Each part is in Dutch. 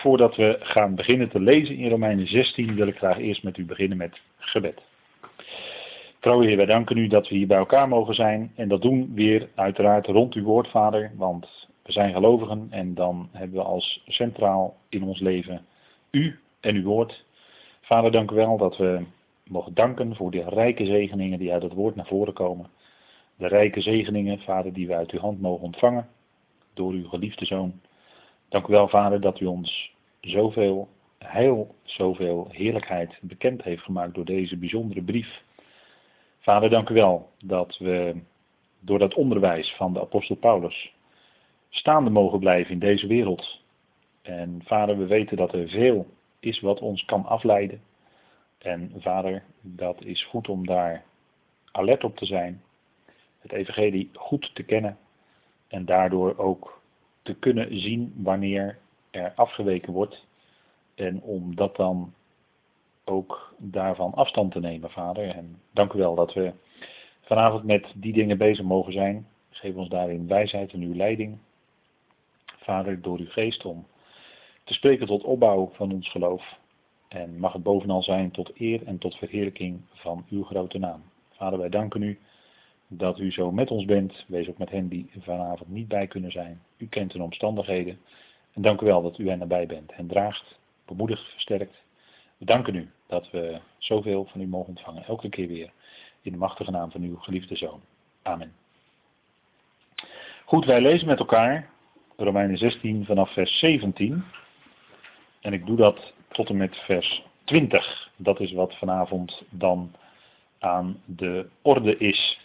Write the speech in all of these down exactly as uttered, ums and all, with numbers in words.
voordat we gaan beginnen te lezen in Romeinen zestien, wil ik graag eerst met u beginnen met gebed. Trouwe Heer, wij danken u dat we hier bij elkaar mogen zijn. En dat doen weer uiteraard rond uw woord, Vader. Want we zijn gelovigen en dan hebben we als centraal in ons leven u en uw woord. Vader, dank u wel dat we mogen danken voor de rijke zegeningen die uit het woord naar voren komen. De rijke zegeningen, Vader, die we uit uw hand mogen ontvangen door uw geliefde Zoon. Dank u wel, Vader, dat u ons zoveel heil, zoveel heerlijkheid bekend heeft gemaakt door deze bijzondere brief. Vader, dank u wel dat we door dat onderwijs van de apostel Paulus staande mogen blijven in deze wereld. En Vader, we weten dat er veel is wat ons kan afleiden. En Vader, dat is goed om daar alert op te zijn. Het evangelie goed te kennen en daardoor ook te kunnen zien wanneer er afgeweken wordt. En om dat dan ook daarvan afstand te nemen, Vader. En dank u wel dat we vanavond met die dingen bezig mogen zijn. Geef ons daarin wijsheid en uw leiding. Vader, door uw geest om te spreken tot opbouw van ons geloof. En mag het bovenal zijn tot eer en tot verheerlijking van uw grote naam. Vader, wij danken u dat u zo met ons bent. Wees ook met hen die vanavond niet bij kunnen zijn. U kent hun omstandigheden. En dank u wel dat u hen nabij bent. En draagt, bemoedigt, versterkt. We danken u dat we zoveel van u mogen ontvangen. Elke keer weer. In de machtige naam van uw geliefde Zoon. Amen. Goed, wij lezen met elkaar Romeinen zestien vanaf vers zeventien. En ik doe dat tot en met vers twintig. Dat is wat vanavond dan aan de orde is.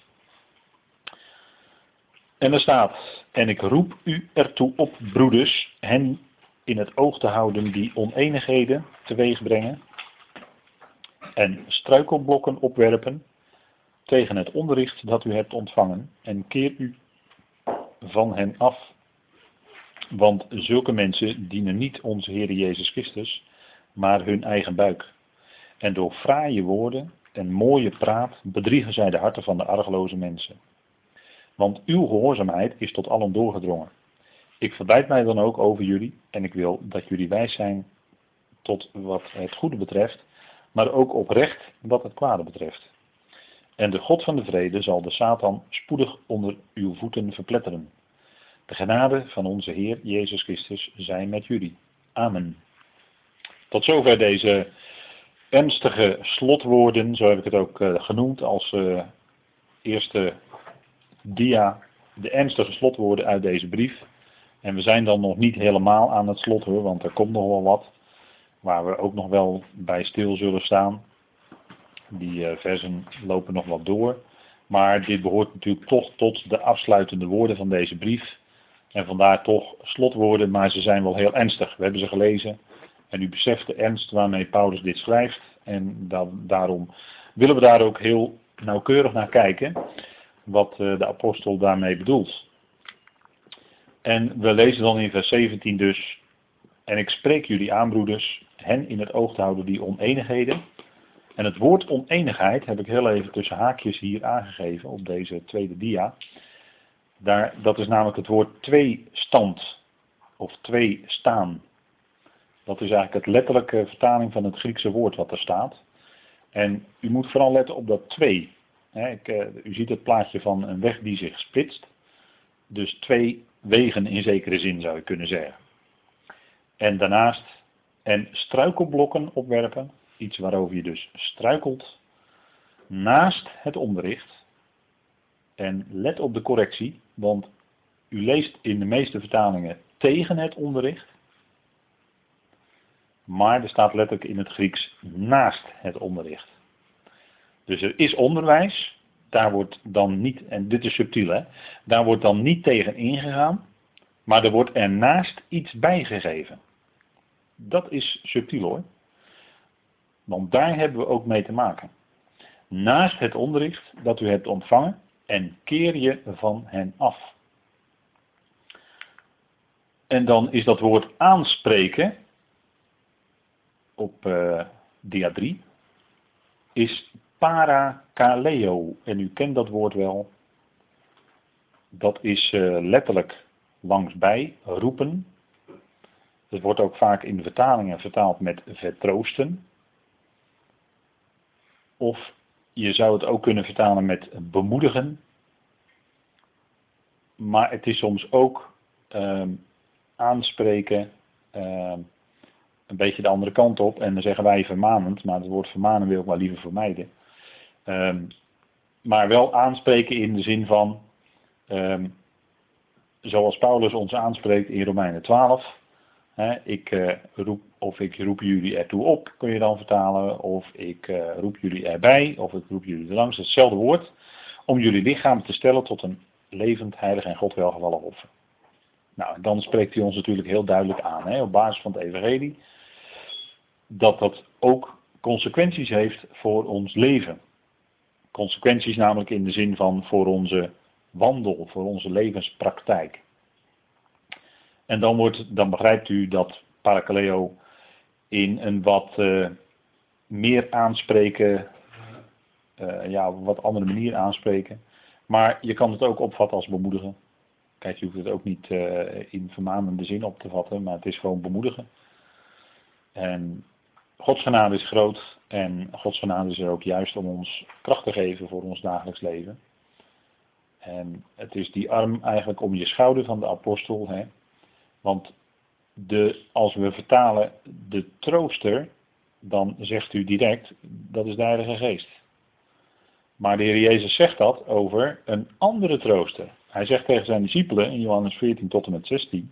En er staat: en ik roep u ertoe op, broeders, hen in het oog te houden die oneenigheden teweeg brengen en struikelblokken opwerpen tegen het onderricht dat u hebt ontvangen, en keer u van hen af. Want zulke mensen dienen niet onze Heer Jezus Christus, maar hun eigen buik. En door fraaie woorden en mooie praat bedriegen zij de harten van de argeloze mensen. Want uw gehoorzaamheid is tot allen doorgedrongen. Ik verblijd mij dan ook over jullie en ik wil dat jullie wijs zijn tot wat het goede betreft, maar ook oprecht wat het kwade betreft. En de God van de vrede zal de Satan spoedig onder uw voeten verpletteren. De genade van onze Heer Jezus Christus zij met jullie. Amen. Tot zover deze ernstige slotwoorden, zo heb ik het ook uh, genoemd als uh, eerste dia, de ernstige slotwoorden uit deze brief. En we zijn dan nog niet helemaal aan het slot hoor, want er komt nog wel wat, waar we ook nog wel bij stil zullen staan. Die uh, versen lopen nog wat door, maar dit behoort natuurlijk toch tot de afsluitende woorden van deze brief. En vandaar toch slotwoorden, maar ze zijn wel heel ernstig. We hebben ze gelezen en u beseft de ernst waarmee Paulus dit schrijft. En da- daarom willen we daar ook heel nauwkeurig naar kijken, wat uh, de apostel daarmee bedoelt. En we lezen dan in vers zeventien dus: en ik spreek jullie aan, broeders, hen in het oog te houden die oneenigheden. En het woord oneenigheid heb ik heel even tussen haakjes hier aangegeven op deze tweede dia. Daar, dat is namelijk het woord tweestand of twee staan. Dat is eigenlijk het letterlijke vertaling van het Griekse woord wat er staat. En u moet vooral letten op dat twee. He, ik, uh, u ziet het plaatje van een weg die zich splitst. Dus twee wegen in zekere zin zou je kunnen zeggen. En daarnaast en struikelblokken opwerpen. Iets waarover je dus struikelt. Naast het onderricht. En let op de correctie, want u leest in de meeste vertalingen tegen het onderricht. Maar er staat letterlijk in het Grieks naast het onderricht. Dus er is onderwijs, daar wordt dan niet, en dit is subtiel hè, daar wordt dan niet tegen ingegaan, maar er wordt ernaast iets bijgegeven. Dat is subtiel hoor. Want daar hebben we ook mee te maken. Naast het onderricht dat u hebt ontvangen, en keer je van hen af. En dan is dat woord aanspreken op uh, dia drie is parakaleo. En u kent dat woord wel. Dat is uh, letterlijk langsbij roepen. Het wordt ook vaak in de vertalingen vertaald met vertroosten. Of je zou het ook kunnen vertalen met bemoedigen. Maar het is soms ook uh, aanspreken, uh, een beetje de andere kant op. En dan zeggen wij vermanend, maar het woord vermanen wil ik wel liever vermijden. Uh, maar wel aanspreken in de zin van, uh, zoals Paulus ons aanspreekt in Romeinen twaalf. Hè, ik uh, roep, of ik roep jullie ertoe op, kun je dan vertalen. Of ik uh, roep jullie erbij, of ik roep jullie erlangs. Hetzelfde woord. Om jullie lichaam te stellen tot een levend, heilig en God welgevallig offer. Nou, dan spreekt hij ons natuurlijk heel duidelijk aan, hè, op basis van het evangelie. Dat dat ook consequenties heeft voor ons leven. Consequenties namelijk in de zin van voor onze wandel, voor onze levenspraktijk. En dan, wordt, dan begrijpt u dat parakaleo in een wat uh, meer aanspreken, uh, ja, op een wat andere manier aanspreken. Maar je kan het ook opvatten als bemoedigen. Kijk, je hoeft het ook niet uh, in vermanende zin op te vatten, maar het is gewoon bemoedigen. En Gods genade is groot en Gods genade is er ook juist om ons kracht te geven voor ons dagelijks leven. En het is die arm eigenlijk om je schouder van de apostel, hè. Want de, als we vertalen de trooster, dan zegt u direct, dat is de Heilige Geest. Maar de Heer Jezus zegt dat over een andere trooster. Hij zegt tegen zijn discipelen in Johannes veertien tot en met zestien.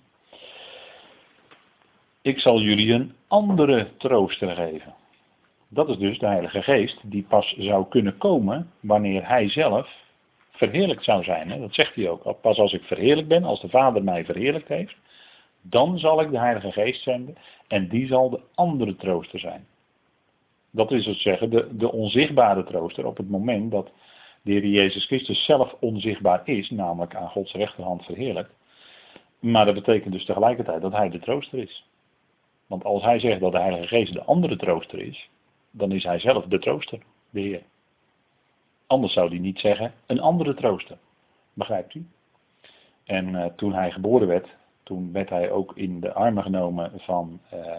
Ik zal jullie een andere trooster geven. Dat is dus de Heilige Geest die pas zou kunnen komen wanneer hij zelf verheerlijkt zou zijn. Hè? Dat zegt hij ook. Pas als ik verheerlijkt ben, als de Vader mij verheerlijkt heeft, dan zal ik de Heilige Geest zenden en die zal de andere trooster zijn. Dat is het zeggen, de, de onzichtbare trooster op het moment dat de Heer Jezus Christus zelf onzichtbaar is, namelijk aan Gods rechterhand verheerlijkt. Maar dat betekent dus tegelijkertijd dat hij de trooster is. Want als hij zegt dat de Heilige Geest de andere trooster is, dan is hij zelf de trooster, de Heer. Anders zou hij niet zeggen, een andere trooster. Begrijpt u? En uh, toen hij geboren werd, toen werd hij ook in de armen genomen van uh,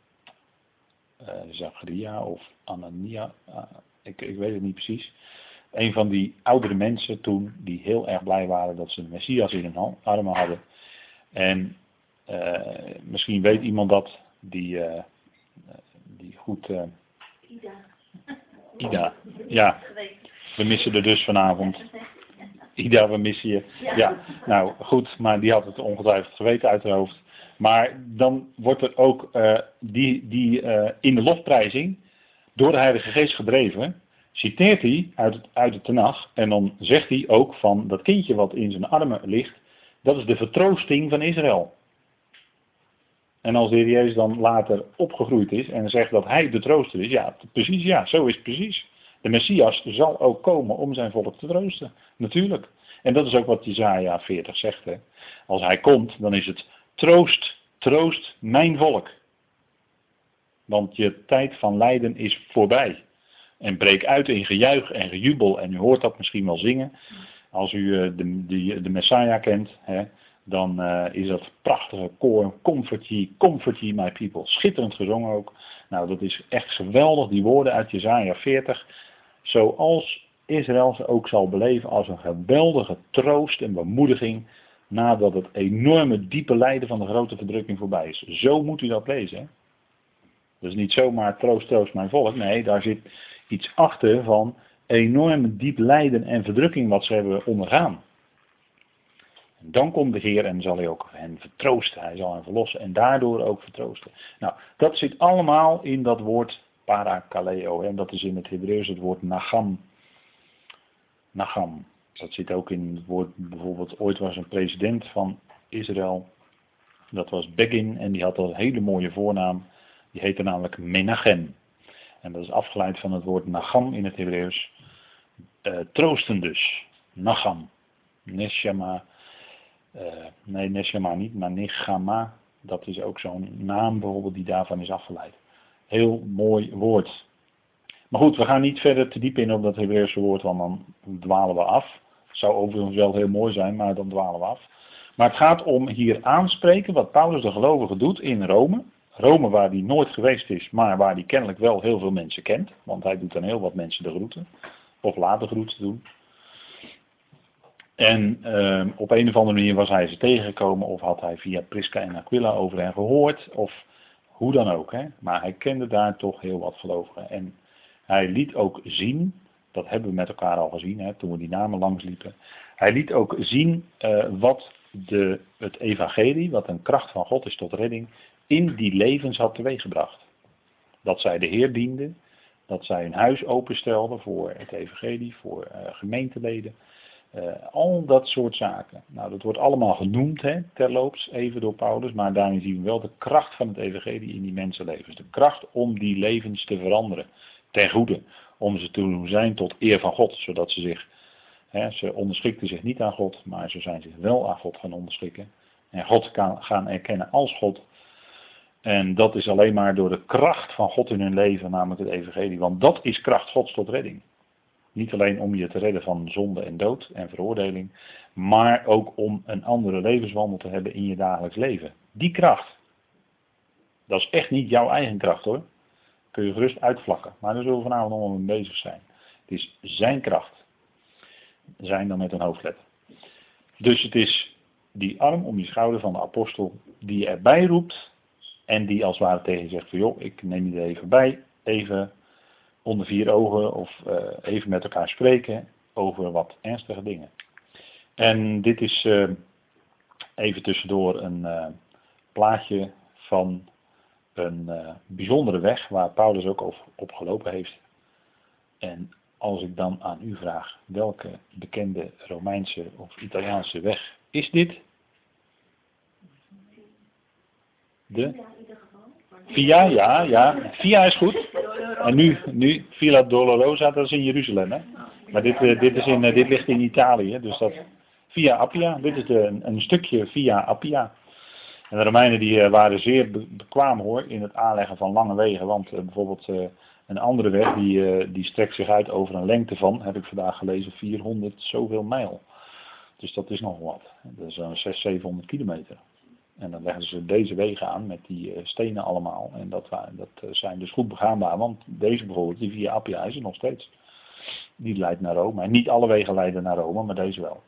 uh, Zacharia of Anania, uh, ik, ik weet het niet precies. Een van die oudere mensen toen, die heel erg blij waren dat ze de Messias in hun armen hadden. En uh, misschien weet iemand dat, die, uh, die goed... Uh, Ida. Ida, ja. We missen er dus vanavond. Ida, we missen je. Ja, nou goed, maar die had het ongetwijfeld geweten uit haar hoofd. Maar dan wordt er ook uh, die, die uh, in de lofprijzing door de Heilige Geest gedreven, citeert hij uit het, uit het Tenach en dan zegt hij ook van dat kindje wat in zijn armen ligt, dat is de vertroosting van Israël. En als de Heer Jezus dan later opgegroeid is en zegt dat hij de trooster is, ja, precies, ja, zo is het precies. De Messias zal ook komen om zijn volk te troosten. Natuurlijk. En dat is ook wat Jesaja veertig zegt. Hè. Als hij komt, dan is het troost, troost mijn volk. Want je tijd van lijden is voorbij. En breek uit in gejuich en gejubel. En u hoort dat misschien wel zingen. Als u de, de, de Messiah kent, hè, dan uh, is dat prachtige koor. Comfort ye, comfort ye my people. Schitterend gezongen ook. Nou, dat is echt geweldig. Die woorden uit Jesaja veertig. Zoals Israël ze ook zal beleven als een geweldige troost en bemoediging nadat het enorme diepe lijden van de grote verdrukking voorbij is. Zo moet u dat lezen. Hè? Dus niet zomaar troost, troost mijn volk. Nee, daar zit iets achter van enorme diep lijden en verdrukking wat ze hebben ondergaan. En dan komt de Heer en zal hij ook hen vertroosten. Hij zal hen verlossen en daardoor ook vertroosten. Nou, dat zit allemaal in dat woord parakaleo. En dat is in het Hebreeuws het woord nagam. Nagam. Dat zit ook in het woord, bijvoorbeeld ooit was een president van Israël. Dat was Begin en die had een hele mooie voornaam. Die heette namelijk Menachem. En dat is afgeleid van het woord nagam in het Hebreeuws. Uh, troosten dus. Nagam. Neshama. Uh, nee, Neshama niet, maar Nechama. Dat is ook zo'n naam bijvoorbeeld die daarvan is afgeleid. Heel mooi woord. Maar goed, we gaan niet verder te diep in op dat Hebreeuwse woord, want dan dwalen we af. Het zou overigens wel heel mooi zijn, maar dan dwalen we af. Maar het gaat om hier aanspreken wat Paulus de gelovigen doet in Rome. Rome waar hij nooit geweest is, maar waar hij kennelijk wel heel veel mensen kent. Want hij doet dan heel wat mensen de groeten. Of laat de groeten doen. En uh, op een of andere manier was hij ze tegengekomen. Of had hij via Prisca en Aquila over hen gehoord. Of hoe dan ook. Hè? Maar hij kende daar toch heel wat gelovigen. En hij liet ook zien. Dat hebben we met elkaar al gezien. Hè, toen we die namen langs liepen. Hij liet ook zien uh, wat de, het evangelie. Wat een kracht van God is tot redding. In die levens had teweeggebracht. Dat zij de Heer dienden. Dat zij hun huis openstelden voor het evangelie. Voor uh, gemeenteleden. Uh, al dat soort zaken. Nou, dat wordt allemaal genoemd, hè, terloops, even door Paulus. Maar daarin zien we wel de kracht van het evangelie in die mensenlevens. De kracht om die levens te veranderen. Ten goede. Om ze te doen zijn tot eer van God. Zodat ze zich, hè, ze onderschikten zich niet aan God. Maar ze zijn zich wel aan God gaan onderschikken. En God kan gaan erkennen als God. En dat is alleen maar door de kracht van God in hun leven, namelijk het evangelie. Want dat is kracht Gods tot redding. Niet alleen om je te redden van zonde en dood en veroordeling, maar ook om een andere levenswandel te hebben in je dagelijks leven. Die kracht, dat is echt niet jouw eigen kracht hoor. Kun je gerust uitvlakken, maar daar zullen we vanavond allemaal mee bezig zijn. Het is zijn kracht. Zijn dan met een hoofdletter. Dus het is die arm om je schouder van de apostel die je erbij roept en die als het ware tegen je zegt van joh, ik neem je er even bij, even onder vier ogen of uh, even met elkaar spreken over wat ernstige dingen. En dit is uh, even tussendoor een uh, plaatje van een uh, bijzondere weg waar Paulus ook op, op gelopen heeft. En als ik dan aan u vraag welke bekende Romeinse of Italiaanse weg is dit? De? Via, ja, ja. Via is goed. En nu, nu Villa Dolorosa, dat is in Jeruzalem, hè? Maar dit, uh, dit, is in, uh, dit ligt in Italië, dus dat Via Appia. Dit is de, een, een stukje Via Appia. En de Romeinen die uh, waren zeer be bekwaam hoor in het aanleggen van lange wegen, want uh, bijvoorbeeld uh, een andere weg die, uh, die strekt zich uit over een lengte van, heb ik vandaag gelezen, vierhonderd zoveel mijl. Dus dat is nog wat. Dat is zo'n zeshonderd, zevenhonderd kilometer. En dan leggen ze deze wegen aan met die uh, stenen allemaal. En dat, dat uh, zijn dus goed begaanbaar. Want deze bijvoorbeeld, die Via Appia is er nog steeds. Die leidt naar Rome. En niet alle wegen leiden naar Rome, maar deze wel.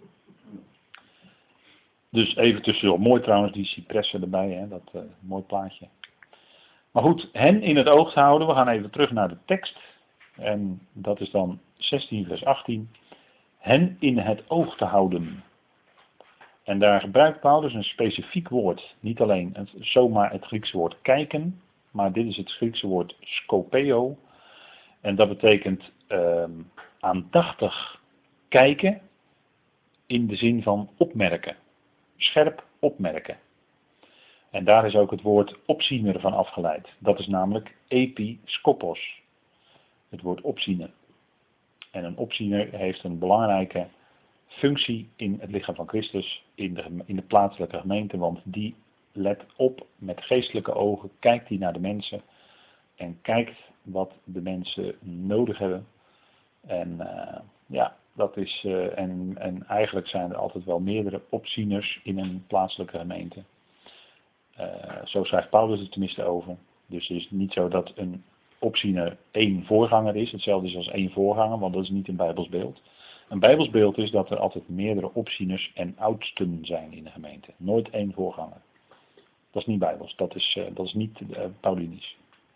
Dus even tussendoor. Mooi trouwens, die cipressen erbij. Hè? Dat uh, mooi plaatje. Maar goed, hen in het oog te houden. We gaan even terug naar de tekst. En dat is dan zestien vers achttien. Hen in het oog te houden. En daar gebruikt Paulus een specifiek woord. Niet alleen het, zomaar het Griekse woord kijken, maar dit is het Griekse woord skopeo. En dat betekent uh, aandachtig kijken in de zin van opmerken. Scherp opmerken. En daar is ook het woord opziener van afgeleid. Dat is namelijk episkopos. Het woord opziener. En een opziener heeft een belangrijke functie in het lichaam van Christus, in de, in de plaatselijke gemeente, want die let op met geestelijke ogen, kijkt hij naar de mensen en kijkt wat de mensen nodig hebben. En uh, ja, dat is, uh, en, en eigenlijk zijn er altijd wel meerdere opzieners in een plaatselijke gemeente. Uh, zo schrijft Paulus er tenminste over. Dus het is niet zo dat een opziener één voorganger is, hetzelfde is als één voorganger, want dat is niet een Bijbels beeld. Een Bijbels beeld is dat er altijd meerdere opzieners en oudsten zijn in de gemeente. Nooit één voorganger. Dat is niet Bijbels, dat is, uh, dat is niet uh, Paulinisch.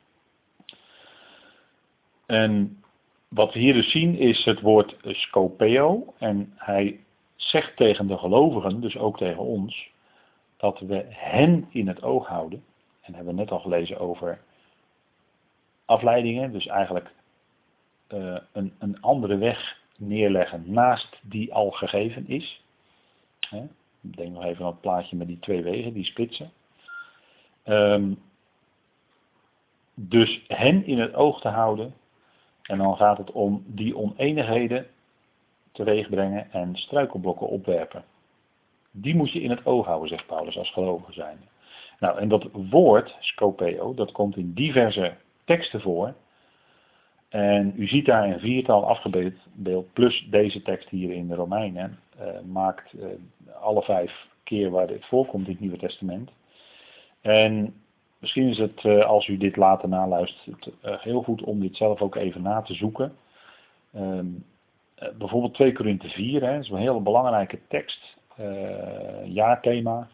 En wat we hier dus zien is het woord skopeo. En hij zegt tegen de gelovigen, dus ook tegen ons, dat we hen in het oog houden. En hebben we net al gelezen over afleidingen, dus eigenlijk uh, een, een andere weg neerleggen naast die al gegeven is. Hè? Ik denk nog even aan het plaatje met die twee wegen, die spitsen. Um, dus hen in het oog te houden. En dan gaat het om die oneenigheden teweeg brengen en struikelblokken opwerpen. Die moet je in het oog houden, zegt Paulus, als gelovige zijnde. Nou, en dat woord, skopeo, dat komt in diverse teksten voor. En u ziet daar een viertal afgebeeld, plus deze tekst hier in de Romeinen, uh, maakt uh, alle vijf keer waar dit voorkomt in het Nieuwe Testament. En misschien is het, als u dit later naluistert, heel goed om dit zelf ook even na te zoeken. Um, bijvoorbeeld twee Korinthe vier, hè, dat is een hele belangrijke tekst, uh, jaarthema.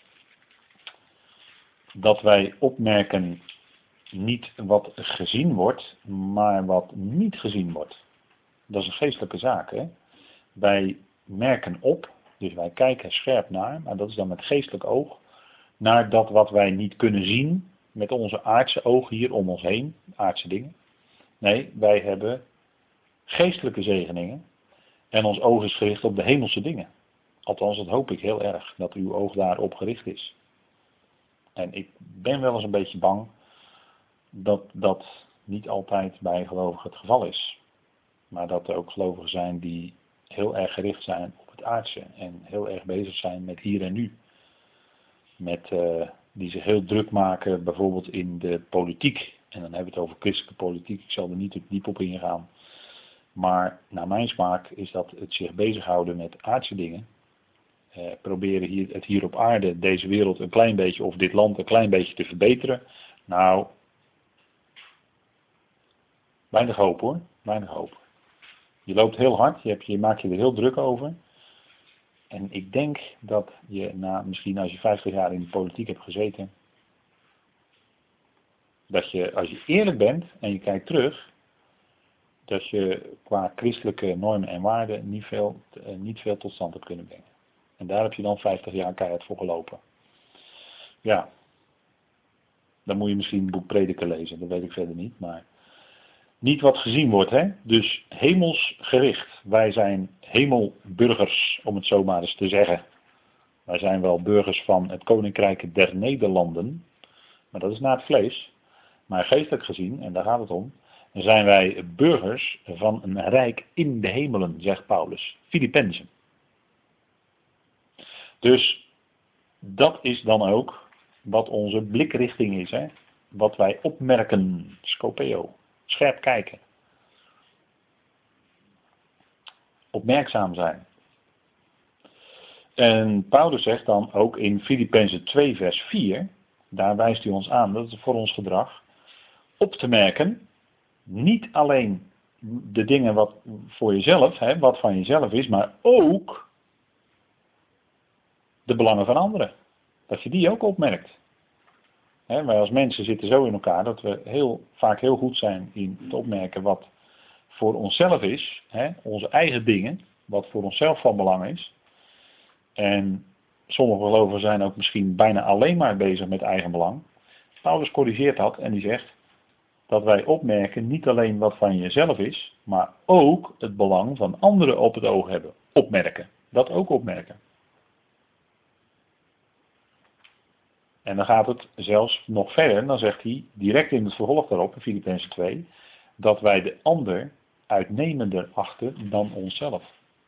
Dat wij opmerken niet wat gezien wordt, maar wat niet gezien wordt. Dat is een geestelijke zaak. Hè? Wij merken op, dus wij kijken scherp naar, maar dat is dan met geestelijk oog, naar dat wat wij niet kunnen zien met onze aardse oog hier om ons heen, aardse dingen. Nee, wij hebben geestelijke zegeningen en ons oog is gericht op de hemelse dingen. Althans, dat hoop ik heel erg, dat uw oog daarop gericht is. En ik ben wel eens een beetje bang dat dat niet altijd bij gelovigen het geval is. Maar dat er ook gelovigen zijn die heel erg gericht zijn op het aardse en heel erg bezig zijn met hier en nu. Met, uh, die zich heel druk maken bijvoorbeeld in de politiek. En dan hebben we het over christelijke politiek, ik zal er niet te diep op ingaan. Maar naar mijn smaak is dat het zich bezighouden met aardse dingen. Uh, proberen hier, het hier op aarde, deze wereld een klein beetje, of dit land een klein beetje te verbeteren. Nou, weinig hoop hoor, weinig hoop. Je loopt heel hard, je, hebt, je maakt je er heel druk over. En ik denk dat je na, misschien als je vijftig jaar in de politiek hebt gezeten, dat je, als je eerlijk bent en je kijkt terug, dat je qua christelijke normen en waarden niet veel, niet veel tot stand hebt kunnen brengen. En daar heb je dan vijftig jaar keihard voor gelopen. Ja, dan moet je misschien een boek Prediker lezen, dat weet ik verder niet, maar niet wat gezien wordt, hè? Dus hemelsgericht. Wij zijn hemelburgers, om het zo maar eens te zeggen. Wij zijn wel burgers van het Koninkrijk der Nederlanden, maar dat is naar het vlees. Maar geestelijk gezien, en daar gaat het om, zijn wij burgers van een rijk in de hemelen, zegt Paulus. Filippenzen. Dus dat is dan ook wat onze blikrichting is, hè? Wat wij opmerken, scopeo. Scherp kijken. Opmerkzaam zijn. En Paulus zegt dan ook in Filippenzen twee vers vier, daar wijst hij ons aan, dat is voor ons gedrag, op te merken, niet alleen de dingen wat voor jezelf, hè, wat van jezelf is, maar ook de belangen van anderen. Dat je die ook opmerkt. He, wij als mensen zitten zo in elkaar dat we heel, vaak heel goed zijn in het opmerken wat voor onszelf is. He, onze eigen dingen, wat voor onszelf van belang is. En sommige gelovigen zijn ook misschien bijna alleen maar bezig met eigen belang. Paulus corrigeert dat en die zegt dat wij opmerken niet alleen wat van jezelf is, maar ook het belang van anderen op het oog hebben. Opmerken. Dat ook opmerken. En dan gaat het zelfs nog verder, dan zegt hij direct in het vervolg daarop, in Filippenzen twee, dat wij de ander uitnemender achten dan onszelf.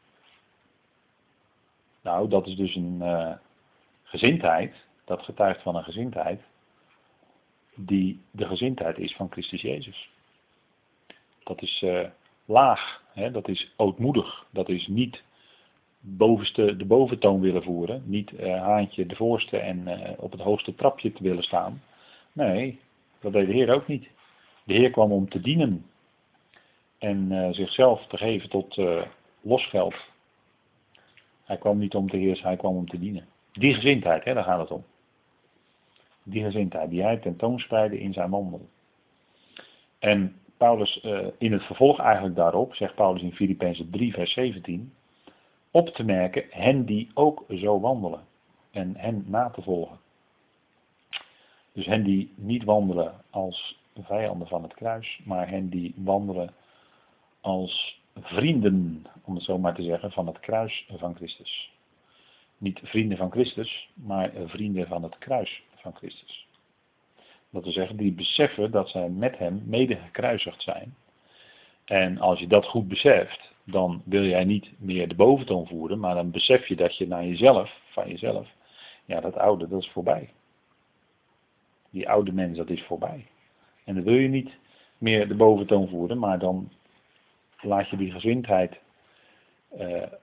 Nou, dat is dus een uh, gezindheid, dat getuigt van een gezindheid, die de gezindheid is van Christus Jezus. Dat is uh, laag, hè? Dat is ootmoedig, dat is niet bovenste, de boventoon willen voeren. Niet uh, haantje de voorste en uh, op het hoogste trapje te willen staan. Nee, dat deed de Heer ook niet. De Heer kwam om te dienen. En uh, zichzelf te geven tot uh, losgeld. Hij kwam niet om te heersen, hij kwam om te dienen. Die gezindheid, hè, daar gaat het om. Die gezindheid die hij tentoonspreidde in zijn wandel. En Paulus, uh, in het vervolg eigenlijk daarop, zegt Paulus in Filippenzen drie vers zeventien... op te merken hen die ook zo wandelen. En hen na te volgen. Dus hen die niet wandelen als vijanden van het kruis, maar hen die wandelen als vrienden, om het zo maar te zeggen, van het kruis van Christus. Niet vrienden van Christus, maar vrienden van het kruis van Christus. Dat wil zeggen, die beseffen dat zij met hem mede gekruisigd zijn. En als je dat goed beseft, dan wil jij niet meer de boventoon voeren, maar dan besef je dat je naar jezelf, van jezelf, ja, dat oude, dat is voorbij. Die oude mens, dat is voorbij. En dan wil je niet meer de boventoon voeren, maar dan laat je die gezindheid uh,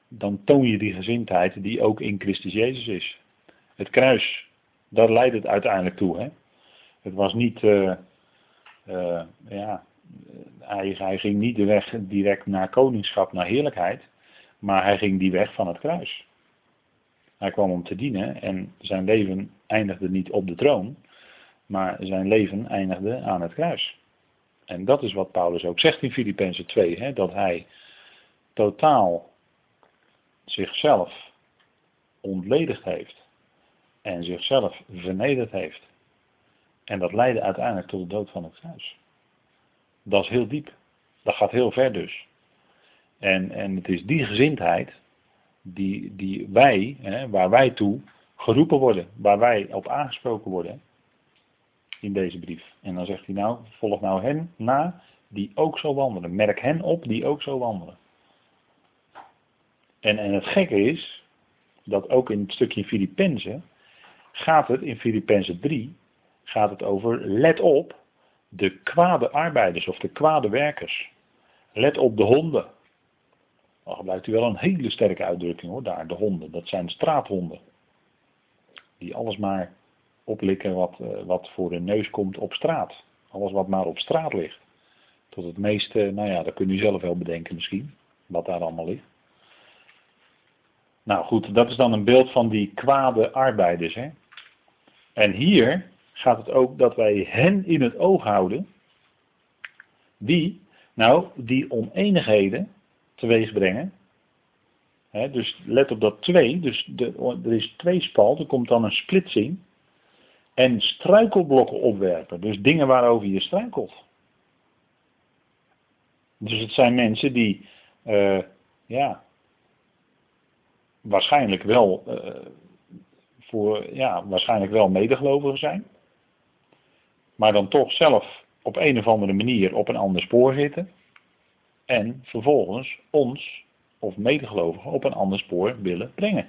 dan toon je die gezindheid die ook in Christus Jezus is. Het kruis, daar leidt het uiteindelijk toe. Hè? Het was niet, uh, uh, ja, hij, hij ging niet de weg direct naar koningschap, naar heerlijkheid, maar hij ging die weg van het kruis. Hij kwam om te dienen en zijn leven eindigde niet op de troon, maar zijn leven eindigde aan het kruis. En dat is wat Paulus ook zegt in Filippenzen twee, hè, dat hij totaal zichzelf ontledigd heeft en zichzelf vernederd heeft. En dat leidde uiteindelijk tot de dood van het kruis. Dat is heel diep. Dat gaat heel ver dus. En, en het is die gezindheid die, die wij, hè, waar wij toe geroepen worden, waar wij op aangesproken worden in deze brief. En dan zegt hij nou, volg nou hen na die ook zo wandelen. Merk hen op die ook zo wandelen. En, en het gekke is, dat ook in het stukje Filippenzen, gaat het in Filippenzen drie, gaat het over, let op de kwade arbeiders of de kwade werkers. Let op de honden. Dan gebruikt u wel een hele sterke uitdrukking hoor, daar, de honden. Dat zijn straathonden. Die alles maar oplikken wat, wat voor hun neus komt op straat. Alles wat maar op straat ligt. Tot het meeste, nou ja, dat kunt u zelf wel bedenken misschien, wat daar allemaal ligt. Nou goed, dat is dan een beeld van die kwade arbeiders. Hè? En hier gaat het ook dat wij hen in het oog houden. Wie? Nou, die oneenigheden teweeg brengen. Hè, dus let op dat twee, dus de, er is tweespalt, er komt dan een splitsing. En struikelblokken opwerpen, dus dingen waarover je struikelt. Dus het zijn mensen die, uh, ja, waarschijnlijk wel, uh, voor, ja, waarschijnlijk wel medegelovigen zijn. Maar dan toch zelf op een of andere manier op een ander spoor zitten. En vervolgens ons, of medegelovigen, op een ander spoor willen brengen.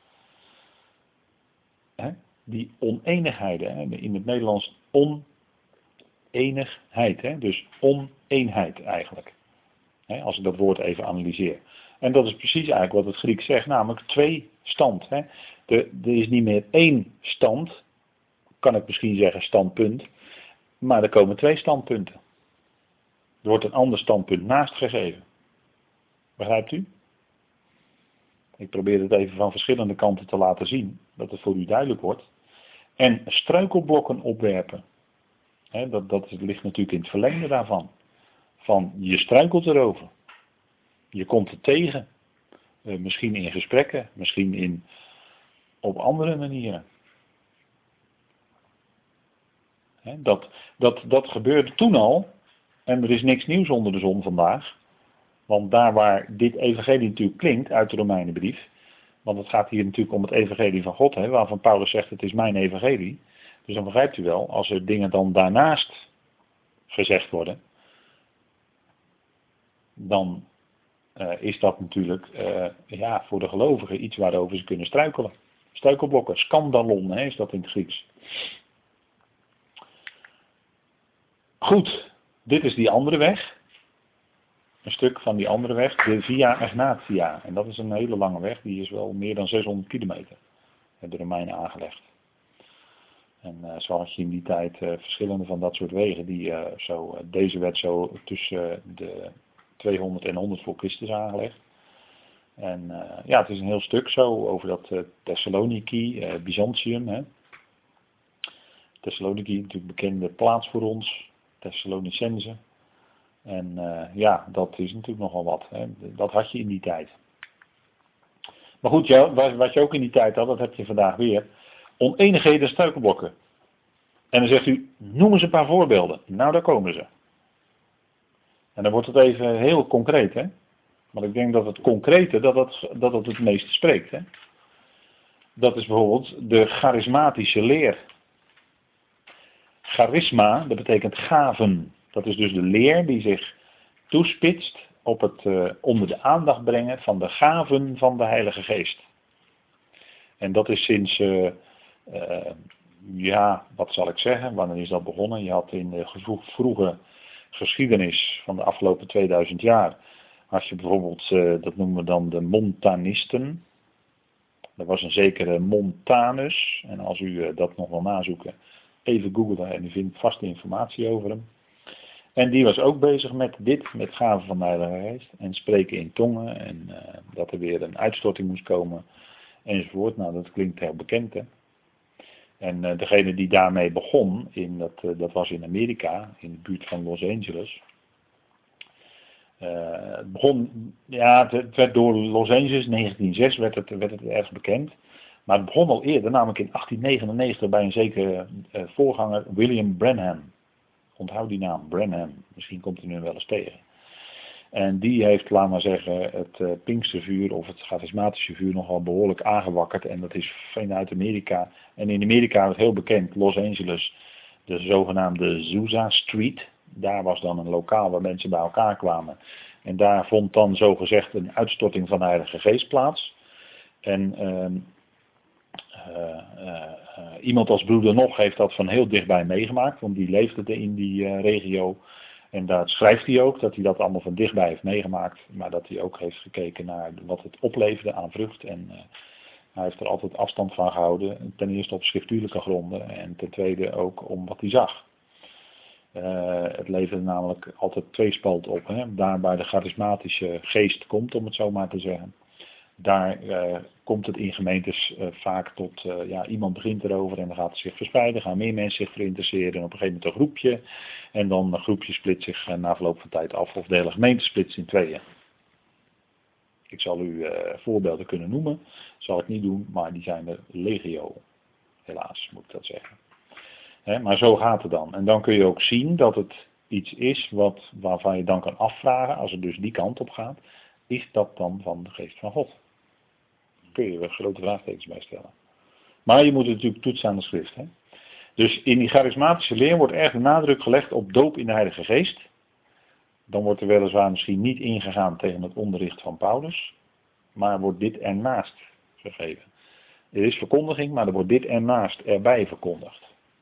Hè? Die oneenigheden, hè? In het Nederlands oneenigheid, hè? Dus oneenheid eigenlijk. Hè? Als ik dat woord even analyseer. En dat is precies eigenlijk wat het Grieks zegt, namelijk twee stand. Hè? De, er is niet meer één stand, kan ik misschien zeggen standpunt, maar er komen twee standpunten. Er wordt een ander standpunt naast gegeven. Begrijpt u? Ik probeer het even van verschillende kanten te laten zien, dat het voor u duidelijk wordt. En struikelblokken opwerpen. He, dat, dat ligt natuurlijk in het verlengde daarvan. Van je struikelt erover. Je komt er tegen. Uh, misschien in gesprekken, misschien in, op andere manieren. He, dat, dat, dat gebeurde toen al. En er is niks nieuws onder de zon vandaag. Want daar waar dit evangelie natuurlijk klinkt uit de Romeinenbrief. Want het gaat hier natuurlijk om het evangelie van God. Hè, waarvan Paulus zegt het is mijn evangelie. Dus dan begrijpt u wel, als er dingen dan daarnaast gezegd worden. Dan uh, is dat natuurlijk uh, ja, voor de gelovigen iets waarover ze kunnen struikelen. Struikelblokken, skandalon hè, is dat in het Grieks. Goed, dit is die andere weg. Een stuk van die andere weg, de Via Egnatia. En dat is een hele lange weg, die is wel meer dan zeshonderd kilometer. Hebben de Romeinen aangelegd. En uh, zo had je in die tijd uh, verschillende van dat soort wegen. Die, uh, zo, uh, deze werd zo tussen uh, de tweehonderd en honderd voor Christus aangelegd. En uh, ja, het is een heel stuk zo over dat uh, Thessaloniki, uh, Byzantium. Hè. Thessaloniki, natuurlijk bekende plaats voor ons. Thessalonicense. En uh, ja, dat is natuurlijk nogal wat. Hè. Dat had je in die tijd. Maar goed, ja, wat je ook in die tijd had, dat heb je vandaag weer. Oneenigheden, struikelblokken. En dan zegt u, noem eens een paar voorbeelden. Nou, daar komen ze. En dan wordt het even heel concreet, hè. Want ik denk dat het concrete, dat het, dat het het meeste spreekt, hè. Dat is bijvoorbeeld de charismatische leer. Charisma, dat betekent gaven. Dat is dus de leer die zich toespitst op het uh, onder de aandacht brengen van de gaven van de Heilige Geest. En dat is sinds, uh, uh, ja, wat zal ik zeggen, wanneer is dat begonnen? Je had in de vroege geschiedenis van de afgelopen tweeduizend jaar, Als je bijvoorbeeld, uh, dat noemen we dan de Montanisten. Er was een zekere Montanus. En als u uh, dat nog wil nazoeken, even googlen en u vindt vast informatie over hem. En die was ook bezig met dit, met gaven van de Heilige Geest. En spreken in tongen. En uh, dat er weer een uitstorting moest komen. Enzovoort. Nou, dat klinkt heel bekend, hè. En uh, degene die daarmee begon, in dat, uh, dat was in Amerika, in de buurt van Los Angeles. Uh, het begon, ja, het werd door Los Angeles, negentien oh zes werd het, werd het erg bekend. Maar het begon al eerder, namelijk in achttien negenennegentig bij een zekere uh, voorganger William Branham. Onthoud die naam, Branham. Misschien komt u nu wel eens tegen. En die heeft, laat maar zeggen, het uh, Pinkstervuur of het charismatische vuur nogal behoorlijk aangewakkerd. En dat is vanuit Amerika. En in Amerika is het heel bekend, Los Angeles, de zogenaamde Azusa Street. Daar was dan een lokaal waar mensen bij elkaar kwamen. En daar vond dan zogezegd een uitstorting van de Heilige Geest plaats. En uh, uh, uh, uh, iemand als broeder Nog heeft dat van heel dichtbij meegemaakt. Want die leefde in die uh, regio. En daar schrijft hij ook dat hij dat allemaal van dichtbij heeft meegemaakt. Maar dat hij ook heeft gekeken naar wat het opleverde aan vrucht. En uh, hij heeft er altijd afstand van gehouden. Ten eerste op schriftuurlijke gronden. En ten tweede ook om wat hij zag. Uh, het leverde namelijk altijd tweespalt op. Hè. Daar waar de charismatische geest komt, om het zo maar te zeggen. Daar uh, komt het in gemeentes uh, vaak tot, uh, ja, iemand begint erover en dan gaat het zich verspreiden. Gaan meer mensen zich voor interesseren en op een gegeven moment een groepje. En dan een groepje split zich uh, na verloop van tijd af of de hele gemeente splitst in tweeën. Ik zal u uh, voorbeelden kunnen noemen. Zal ik niet doen, maar die zijn er legio. Helaas, moet ik dat zeggen. He, maar zo gaat het dan. En dan kun je ook zien dat het iets is wat, waarvan je dan kan afvragen, als het dus die kant op gaat, is dat dan van de geest van God? Daar kun je er grote vraagtekens bij stellen. Maar je moet het natuurlijk toetsen aan de schrift. Hè? Dus in die charismatische leer wordt erg de nadruk gelegd op doop in de Heilige Geest. Dan wordt er weliswaar misschien niet ingegaan tegen het onderricht van Paulus, maar wordt dit ernaast gegeven. Er is verkondiging, maar er wordt dit ernaast erbij verkondigd.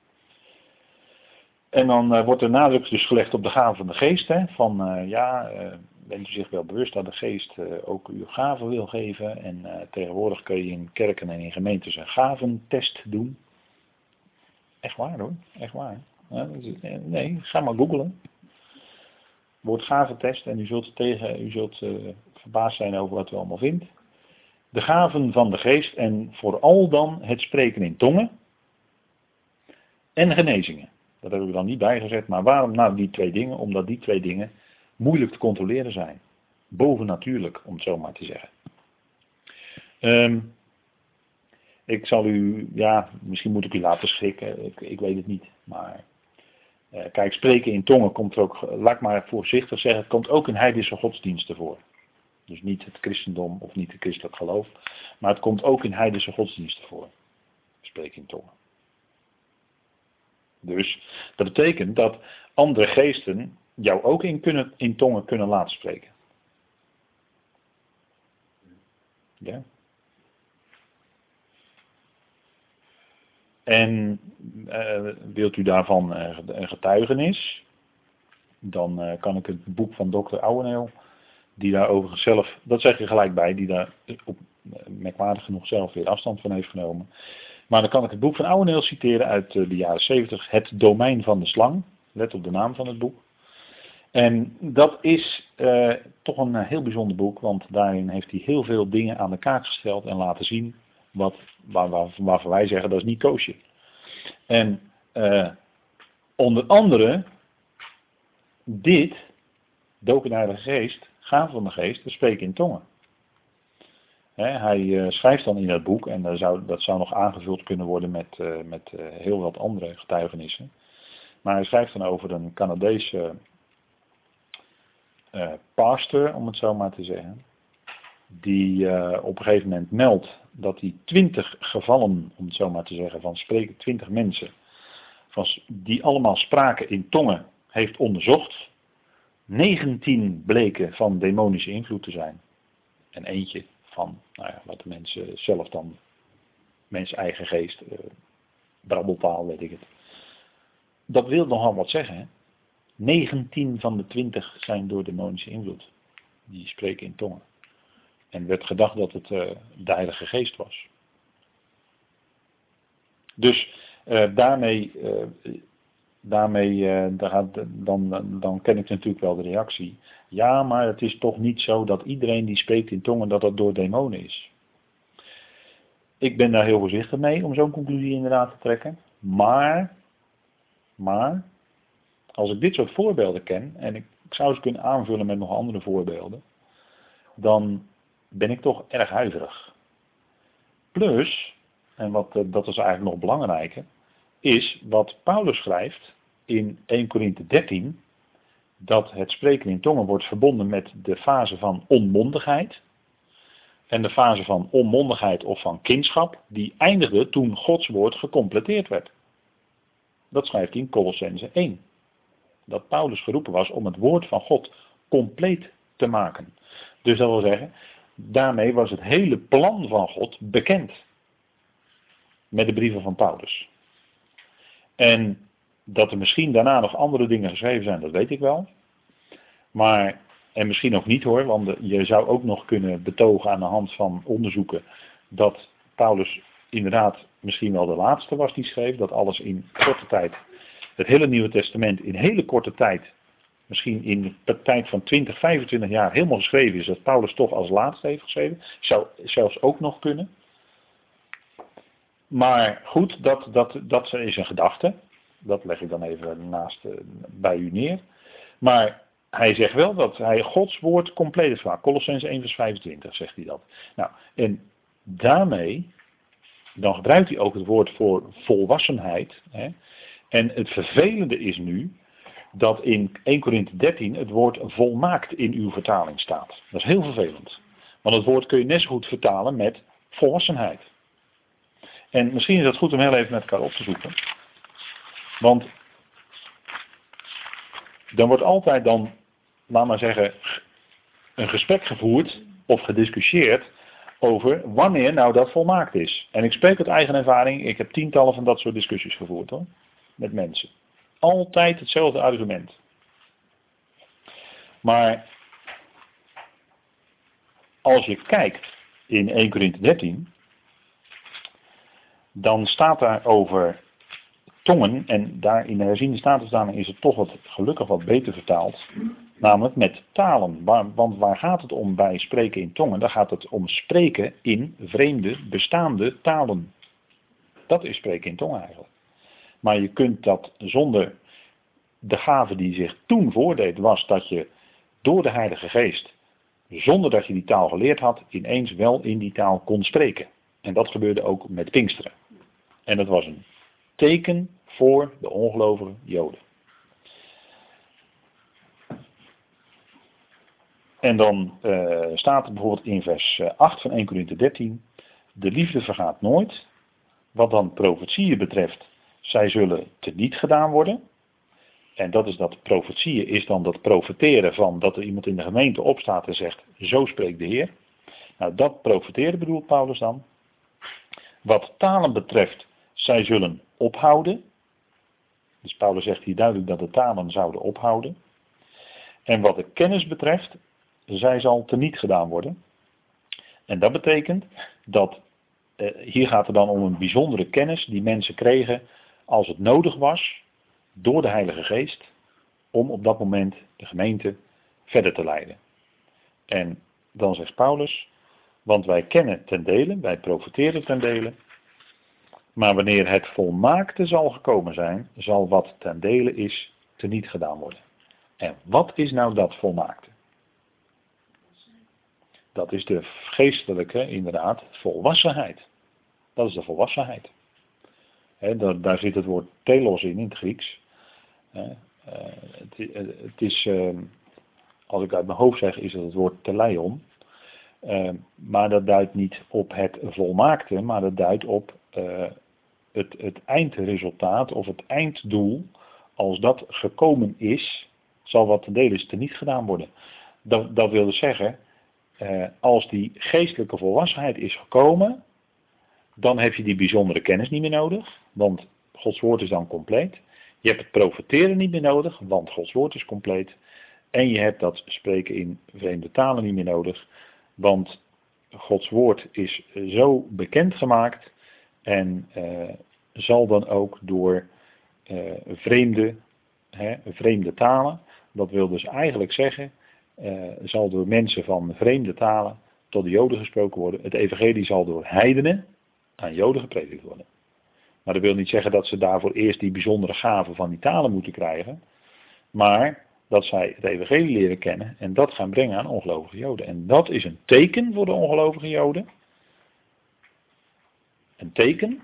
En dan uh, wordt de nadruk dus gelegd op de gaven van de geest. Hè, van uh, ja, uh, bent u zich wel bewust dat de geest uh, ook uw gaven wil geven. En uh, tegenwoordig kun je in kerken en in gemeentes een gaventest doen. Echt waar hoor, echt waar. Ja, nee, ga maar googlen. Woord gaventest en u zult, tegen, u zult uh, verbaasd zijn over wat u allemaal vindt. De gaven van de geest en vooral dan het spreken in tongen en genezingen. Dat hebben we dan niet bijgezet, maar waarom nou die twee dingen? Omdat die twee dingen moeilijk te controleren zijn. Bovennatuurlijk, om het zo maar te zeggen. Um, ik zal u, ja, misschien moet ik u laten schrikken, ik, ik weet het niet. Maar uh, kijk, spreken in tongen komt er ook, laat ik maar voorzichtig zeggen, het komt ook in heidense godsdiensten voor. Dus niet het christendom of niet het christelijk geloof, maar het komt ook in heidense godsdiensten voor. Spreken in tongen. Dus dat betekent dat andere geesten jou ook in, kunnen, in tongen kunnen laten spreken. Ja. En uh, wilt u daarvan uh, een getuigenis? Dan uh, kan ik het boek van dokter Ouweneel, die daar overigens zelf, dat zeg je gelijk bij, die daar op, merkwaardig genoeg zelf weer afstand van heeft genomen. Maar dan kan ik het boek van Ouweneel citeren uit de jaren zeventig, Het domein van de slang. Let op de naam van het boek. En dat is uh, toch een heel bijzonder boek, want daarin heeft hij heel veel dingen aan de kaak gesteld en laten zien wat, waar, waar, waarvan wij zeggen dat is niet koosje. En uh, onder andere dit, doop in de Heilige Geest, gaven van de Geest, we spreken in tongen. He, hij uh, schrijft dan in dat boek, en dat zou, dat zou nog aangevuld kunnen worden met, uh, met uh, heel wat andere getuigenissen. Maar hij schrijft dan over een Canadese uh, pastor, om het zo maar te zeggen. Die uh, op een gegeven moment meldt dat hij twintig gevallen, om het zo maar te zeggen, van spreken, twintig mensen, van, die allemaal spraken in tongen, heeft onderzocht. negentien bleken van demonische invloed te zijn. En eentje van, nou ja, wat de mensen zelf dan, mens eigen geest, uh, brabbeltaal, weet ik het. Dat wil nogal wat zeggen, hè? negentien van de twintig zijn door demonische invloed. die spreken in tongen. En werd gedacht dat het uh, de Heilige Geest was. Dus uh, daarmee, uh, daarmee uh, daar, dan, dan ken ik natuurlijk wel de reactie. Ja, maar het is toch niet zo dat iedereen die spreekt in tongen, dat dat door demonen is. Ik ben daar heel voorzichtig mee om zo'n conclusie inderdaad te trekken. Maar, maar, als ik dit soort voorbeelden ken, en ik, ik zou ze kunnen aanvullen met nog andere voorbeelden, dan ben ik toch erg huiverig. Plus, en wat, dat is eigenlijk nog belangrijker, is wat Paulus schrijft in eerste Korinthe dertien, dat het spreken in tongen wordt verbonden met de fase van onmondigheid. En de fase van onmondigheid of van kindschap, die eindigde toen Gods woord gecompleteerd werd. Dat schrijft hij in Kolossenzen één. Dat Paulus geroepen was om het woord van God compleet te maken. Dus dat wil zeggen, daarmee was het hele plan van God bekend. Met de brieven van Paulus. En dat er misschien daarna nog andere dingen geschreven zijn, dat weet ik wel. Maar, en misschien ook niet hoor, want je zou ook nog kunnen betogen aan de hand van onderzoeken dat Paulus inderdaad misschien wel de laatste was die schreef. Dat alles in korte tijd, het hele Nieuwe Testament in hele korte tijd, misschien in de tijd van twintig, vijfentwintig jaar helemaal geschreven is. Dat Paulus toch als laatste heeft geschreven. Zou zelfs ook nog kunnen. Maar goed, dat, dat, dat is een gedachte. Dat leg ik dan even naast uh, bij u neer. Maar hij zegt wel dat hij Gods woord compleet is gemaakt. Kolossenzen één vers vijfentwintig zegt hij dat. Nou, en daarmee, dan gebruikt hij ook het woord voor volwassenheid. Hè. En het vervelende is nu dat in eerste Korinthe dertien het woord volmaakt in uw vertaling staat. Dat is heel vervelend. Want het woord kun je net zo goed vertalen met volwassenheid. En misschien is het goed om heel even met elkaar op te zoeken. Want dan wordt altijd dan, laat maar zeggen, een gesprek gevoerd of gediscussieerd over wanneer nou dat volmaakt is. En ik spreek uit eigen ervaring, ik heb tientallen van dat soort discussies gevoerd hoor, met mensen. Altijd hetzelfde argument. Maar als je kijkt in eerste Korinthe dertien, dan staat daar over tongen, en daar in de herziende statenvertaling is het toch wat, gelukkig wat beter vertaald, namelijk met talen. Waar, want waar gaat het om bij spreken in tongen? Dan gaat het om spreken in vreemde, bestaande talen. Dat is spreken in tongen eigenlijk. Maar je kunt dat zonder de gave die zich toen voordeed, was dat je door de Heilige Geest, zonder dat je die taal geleerd had, ineens wel in die taal kon spreken. En dat gebeurde ook met Pinksteren. En dat was een teken voor de ongelovige Joden. En dan uh, staat er bijvoorbeeld in vers acht van eerste Korinthe dertien. De liefde vergaat nooit. Wat dan profetieën betreft, zij zullen teniet gedaan worden. En dat is dat profetieën is dan dat profeteren van dat er iemand in de gemeente opstaat en zegt, zo spreekt de Heer. Nou, dat profeteren bedoelt Paulus dan. Wat talen betreft, zij zullen ophouden. Dus Paulus zegt hier duidelijk dat de talen zouden ophouden. En wat de kennis betreft, zij zal teniet gedaan worden. En dat betekent dat, eh, hier gaat het dan om een bijzondere kennis die mensen kregen als het nodig was, door de Heilige Geest, om op dat moment de gemeente verder te leiden. En dan zegt Paulus, want wij kennen ten dele, wij profiteren ten dele, maar wanneer het volmaakte zal gekomen zijn, zal wat ten dele is teniet gedaan worden. En wat is nou dat volmaakte? Dat is de geestelijke, inderdaad, volwassenheid. Dat is de volwassenheid. He, daar, daar zit het woord telos in, in het Grieks. He, uh, het, het is, uh, als ik uit mijn hoofd zeg, is het het woord teleion. Uh, maar dat duidt niet op het volmaakte, maar dat duidt op uh, het, het eindresultaat of het einddoel. Als dat gekomen is, zal wat ten dele is teniet gedaan worden. Dat, dat wil dus zeggen, uh, als die geestelijke volwassenheid is gekomen, dan heb je die bijzondere kennis niet meer nodig, want Gods woord is dan compleet. Je hebt het profeteren niet meer nodig, want Gods woord is compleet. En je hebt dat spreken in vreemde talen niet meer nodig. Want Gods woord is zo bekendgemaakt. En uh, zal dan ook door uh, vreemde, hè, vreemde talen. Dat wil dus eigenlijk zeggen. Uh, zal door mensen van vreemde talen tot de Joden gesproken worden. Het evangelie zal door heidenen aan Joden gepredikt worden. Maar dat wil niet zeggen dat ze daarvoor eerst die bijzondere gaven van die talen moeten krijgen. Maar dat zij het evangelie leren kennen en dat gaan brengen aan ongelovige Joden. En dat is een teken voor de ongelovige Joden. Een teken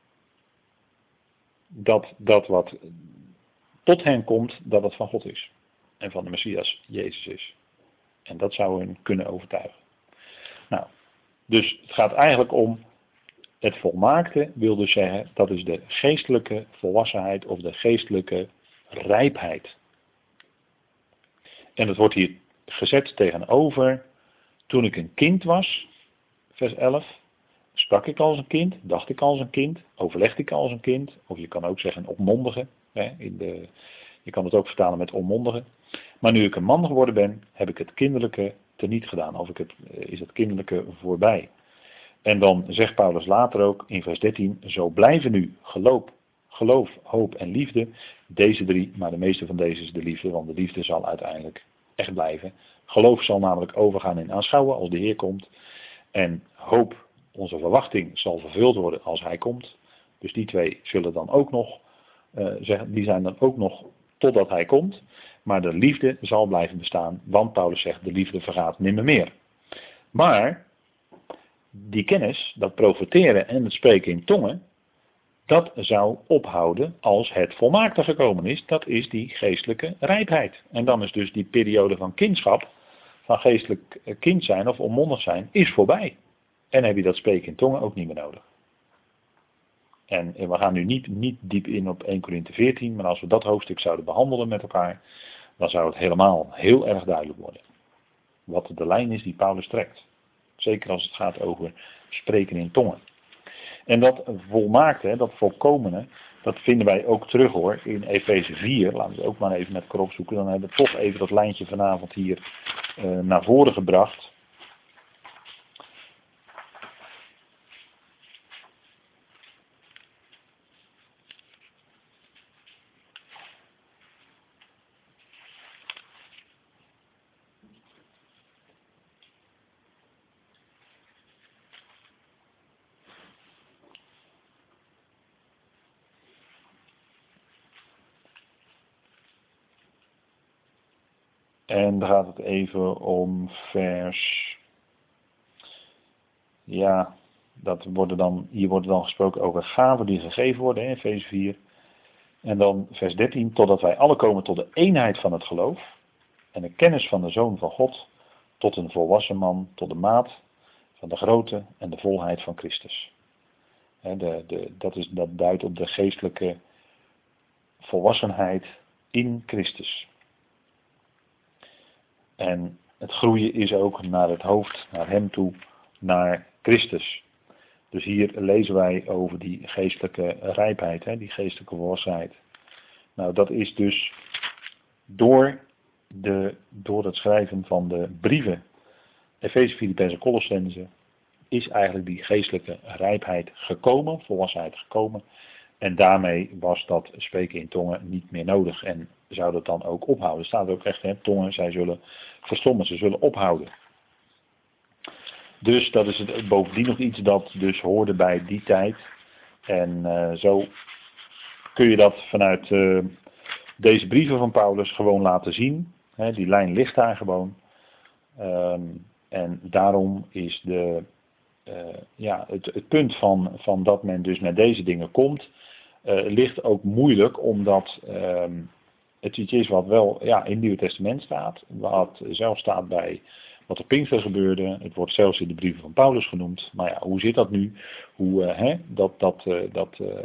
dat dat wat tot hen komt, dat het van God is. En van de Messias, Jezus is. En dat zou hen kunnen overtuigen. Nou, dus het gaat eigenlijk om het volmaakte, wil dus zeggen, dat is de geestelijke volwassenheid of de geestelijke rijpheid. En het wordt hier gezet tegenover, toen ik een kind was, vers elf, sprak ik als een kind, dacht ik als een kind, overlegde ik als een kind, of je kan ook zeggen opmondigen, hè, in de, je kan het ook vertalen met onmondigen. Maar nu ik een man geworden ben, heb ik het kinderlijke teniet gedaan, of ik het, is het kinderlijke voorbij. En dan zegt Paulus later ook in vers dertien, zo blijven nu geloof, geloof, hoop en liefde, deze drie, maar de meeste van deze is de liefde, want de liefde zal uiteindelijk echt blijven. Geloof zal namelijk overgaan in aanschouwen als de Heer komt. En hoop, onze verwachting, zal vervuld worden als Hij komt. Dus die twee zullen dan ook nog, uh, zeggen, die zijn dan ook nog totdat Hij komt. Maar de liefde zal blijven bestaan, want Paulus zegt, de liefde vergaat nimmer meer. Maar die kennis, dat profeteren en het spreken in tongen, dat zou ophouden als het volmaakte gekomen is. Dat is die geestelijke rijpheid. En dan is dus die periode van kindschap, van geestelijk kind zijn of onmondig zijn, is voorbij. En heb je dat spreken in tongen ook niet meer nodig. En we gaan nu niet, niet diep in op eerste Korinthe veertien, maar als we dat hoofdstuk zouden behandelen met elkaar, dan zou het helemaal heel erg duidelijk worden. Wat de lijn is die Paulus trekt. Zeker als het gaat over spreken in tongen. En dat volmaakte, dat volkomene, dat vinden wij ook terug hoor in Efeze vier. Laten we ook maar even met elkaar opzoeken. Dan hebben we toch even dat lijntje vanavond hier uh, naar voren gebracht. En dan gaat het even om vers, ja, dat worden dan, hier wordt dan gesproken over gaven die gegeven worden, in Efeze vier. En dan vers dertien, totdat wij alle komen tot de eenheid van het geloof en de kennis van de Zoon van God, tot een volwassen man, tot de maat van de grootte en de volheid van Christus. He, de, de, dat, is, dat duidt op de geestelijke volwassenheid in Christus. En het groeien is ook naar het hoofd, naar hem toe, naar Christus. Dus hier lezen wij over die geestelijke rijpheid, hè, die geestelijke volwassenheid. Nou, dat is dus door, de, door het schrijven van de brieven, Efeze, Filippenzen, Colossenzen, is eigenlijk die geestelijke rijpheid gekomen, volwassenheid gekomen. En daarmee was dat spreken in tongen niet meer nodig. En zou dat dan ook ophouden. Er staat ook echt, hè, tongen, zij zullen verstommen, ze zullen ophouden. Dus dat is het, bovendien nog iets dat dus hoorde bij die tijd. En uh, zo kun je dat vanuit uh, deze brieven van Paulus gewoon laten zien. Hè, die lijn ligt daar gewoon. Um, en daarom is de, uh, ja, het, het punt van, van dat men dus met deze dingen komt, uh, ligt ook moeilijk, omdat um, het iets is wat wel ja, in het Nieuwe Testament staat. Wat zelf staat bij wat er Pinkster gebeurde. Het wordt zelfs in de brieven van Paulus genoemd. Maar ja, hoe zit dat nu? Hoe, uh, hè, dat, dat, uh, dat, uh,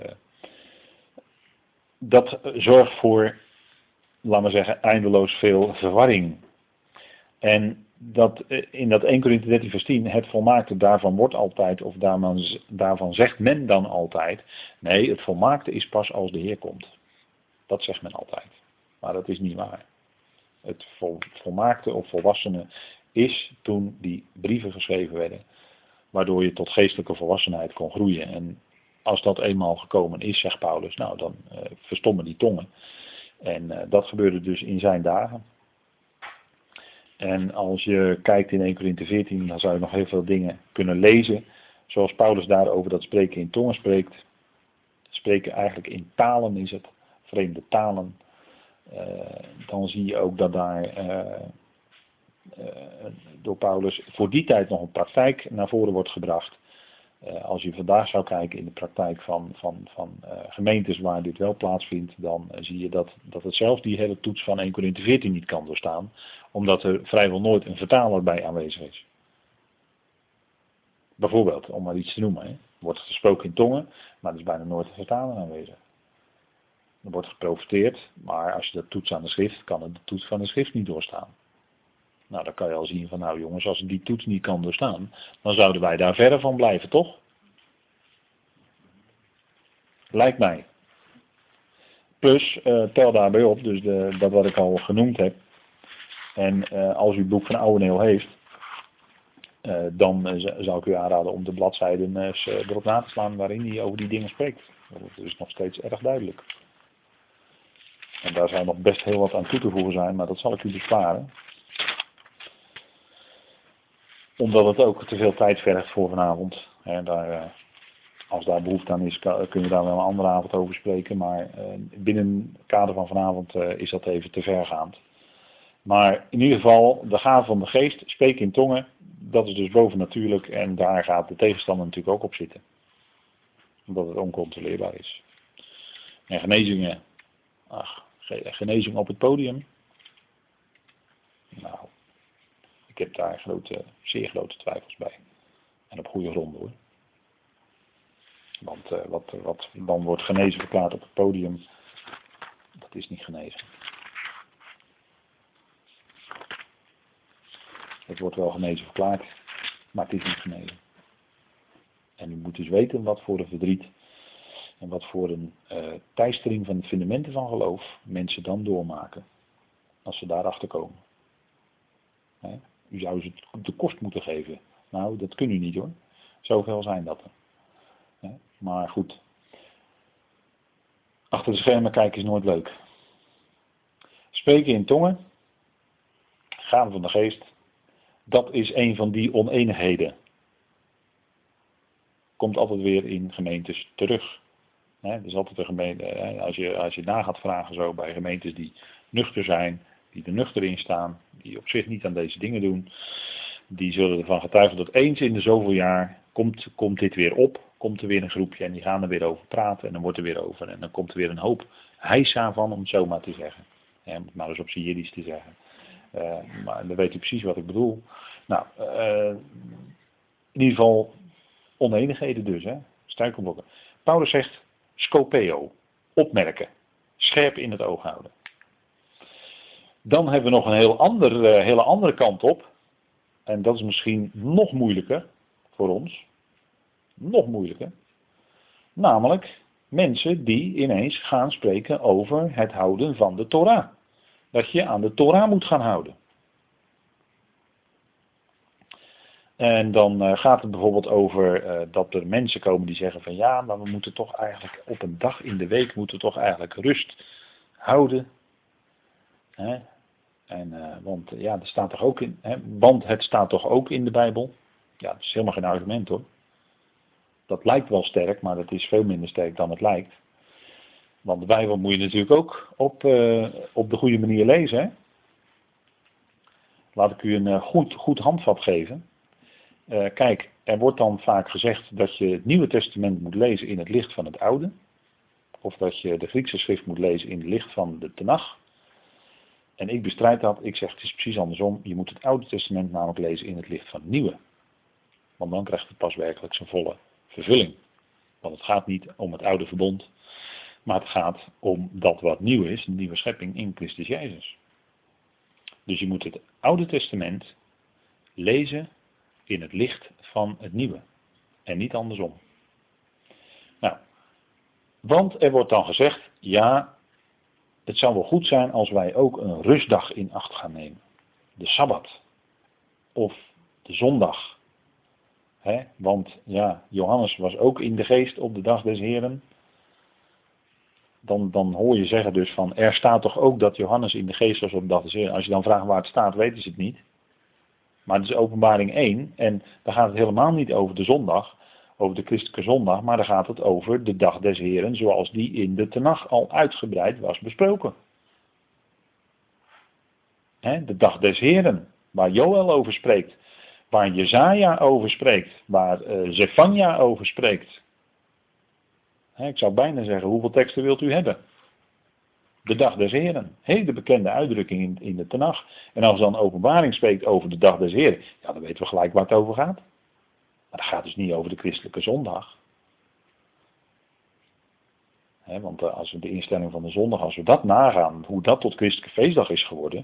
dat zorgt voor, laten we zeggen, eindeloos veel verwarring. En dat, in dat eerste Korinthe dertien vers tien, het volmaakte daarvan wordt altijd, of daarvan, daarvan zegt men dan altijd, nee, het volmaakte is pas als de Heer komt. Dat zegt men altijd. Maar dat is niet waar. het vol, volmaakte of volwassene is toen die brieven geschreven werden. Waardoor je tot geestelijke volwassenheid kon groeien. En als dat eenmaal gekomen is, zegt Paulus, nou dan uh, verstommen die tongen. En uh, dat gebeurde dus in zijn dagen. En als je kijkt in Eerste Korinthe veertien, dan zou je nog heel veel dingen kunnen lezen. Zoals Paulus daar over dat spreken in tongen spreekt. Spreken eigenlijk in talen is het, vreemde talen. Uh, dan zie je ook dat daar uh, uh, door Paulus voor die tijd nog een praktijk naar voren wordt gebracht. Uh, als je vandaag zou kijken in de praktijk van, van, van uh, gemeentes waar dit wel plaatsvindt, dan uh, zie je dat, dat het zelfs die hele toets van Eerste Korinthe veertien niet kan doorstaan. Omdat er vrijwel nooit een vertaler bij aanwezig is. Bijvoorbeeld, om maar iets te noemen. Hè. Er wordt gesproken in tongen, maar er is bijna nooit een vertaler aanwezig. Er wordt geprofiteerd, maar als je dat toets aan de schrift, kan het de toets van de schrift niet doorstaan. Nou, dan kan je al zien van, nou jongens, als die toets niet kan doorstaan, dan zouden wij daar verre van blijven, toch? Lijkt mij. Plus, uh, tel daarbij op, dus de, dat wat ik al genoemd heb. En uh, als u het boek van Ouweneel heeft, uh, dan uh, zou ik u aanraden om de bladzijden uh, erop na te slaan waarin hij over die dingen spreekt. Dat is nog steeds erg duidelijk. En daar zou nog best heel wat aan toe te voegen zijn, maar dat zal ik u besparen. Omdat het ook te veel tijd vergt voor vanavond. He, daar, als daar behoefte aan is, kun je daar wel een andere avond over spreken. Maar binnen het kader van vanavond is dat even te vergaand. Maar in ieder geval, de gave van de geest, spreken in tongen, dat is dus bovennatuurlijk. En daar gaat de tegenstander natuurlijk ook op zitten. Omdat het oncontroleerbaar is. En genezingen, ach, genezing op het podium. Nou, ik heb daar grote, zeer grote twijfels bij. En op goede gronden hoor. Want uh, wat, wat dan wordt genezen verklaard op het podium, dat is niet genezen. Het wordt wel genezen verklaard, maar het is niet genezen. En u moet dus weten wat voor een verdriet en wat voor een uh, teistering van de fundamenten van geloof mensen dan doormaken. Als ze daarachter komen. He? U zou ze de kost moeten geven. Nou, dat kunt u niet hoor. Zoveel zijn dat er. He? Maar goed. Achter de schermen kijken is nooit leuk. Spreken in tongen. Gaan van de geest. Dat is een van die oneenigheden. Komt altijd weer in gemeentes terug. He? Er is altijd een gemeente. He? Als je, als je na gaat vragen zo bij gemeentes die nuchter zijn. Die er nuchter in staan, die op zich niet aan deze dingen doen, die zullen ervan getuigen dat eens in de zoveel jaar komt, komt dit weer op, komt er weer een groepje en die gaan er weer over praten en dan wordt er weer over en dan komt er weer een hoop heisa van, om het zo maar te zeggen. Ja, om het maar eens op zijn Jiddisch te zeggen. Uh, maar dan weet u precies wat ik bedoel. Nou, uh, in ieder geval oneenigheden dus, hè? Struikelblokken. Paulus zegt, scopeo, opmerken, scherp in het oog houden. Dan hebben we nog een heel ander, uh, hele andere kant op. En dat is misschien nog moeilijker voor ons. Nog moeilijker. Namelijk mensen die ineens gaan spreken over het houden van de Torah. Dat je aan de Torah moet gaan houden. En dan uh, gaat het bijvoorbeeld over uh, dat er mensen komen die zeggen van ja, maar we moeten toch eigenlijk op een dag in de week moeten we toch eigenlijk rust houden. Hè? En, uh, want ja, er staat toch ook in, hè, want het staat toch ook in de Bijbel. Ja, dat is helemaal geen argument hoor. Dat lijkt wel sterk, maar dat is veel minder sterk dan het lijkt. Want de Bijbel moet je natuurlijk ook op, uh, op de goede manier lezen. Hè? Laat ik u een uh, goed, goed handvat geven. Uh, kijk, er wordt dan vaak gezegd dat je het Nieuwe Testament moet lezen in het licht van het Oude. Of dat je de Griekse schrift moet lezen in het licht van de Tenach. En ik bestrijd dat. Ik zeg het is precies andersom. Je moet het Oude Testament namelijk lezen in het licht van het Nieuwe. Want dan krijgt het pas werkelijk zijn volle vervulling. Want het gaat niet om het oude verbond. Maar het gaat om dat wat nieuw is. Een nieuwe schepping in Christus Jezus. Dus je moet het Oude Testament lezen in het licht van het Nieuwe. En niet andersom. Nou. Want er wordt dan gezegd. Ja. het zou wel goed zijn als wij ook een rustdag in acht gaan nemen. De Sabbat. Of de zondag. He, want ja, Johannes was ook in de geest op de dag des Heren. Dan, dan hoor je zeggen dus van, er staat toch ook dat Johannes in de geest was op de dag des Heren. Als je dan vraagt waar het staat, weten ze het niet. Maar het is Openbaring één en daar gaat het helemaal niet over de zondag, over de christelijke zondag, maar daar gaat het over de dag des Heren zoals die in de Tenach al uitgebreid was besproken. He, de dag des Heren, waar Joël over spreekt, waar Jesaja over spreekt, waar uh, Zefania over spreekt. He, ik zou bijna zeggen, hoeveel teksten wilt u hebben? De dag des Heren. Hele bekende uitdrukking in, in de Tenach. En als dan Openbaring spreekt over de dag des Heren, ja, dan weten we gelijk waar het over gaat. Maar dat gaat dus niet over de christelijke zondag. He, want uh, als we de instelling van de zondag, als we dat nagaan, hoe dat tot christelijke feestdag is geworden.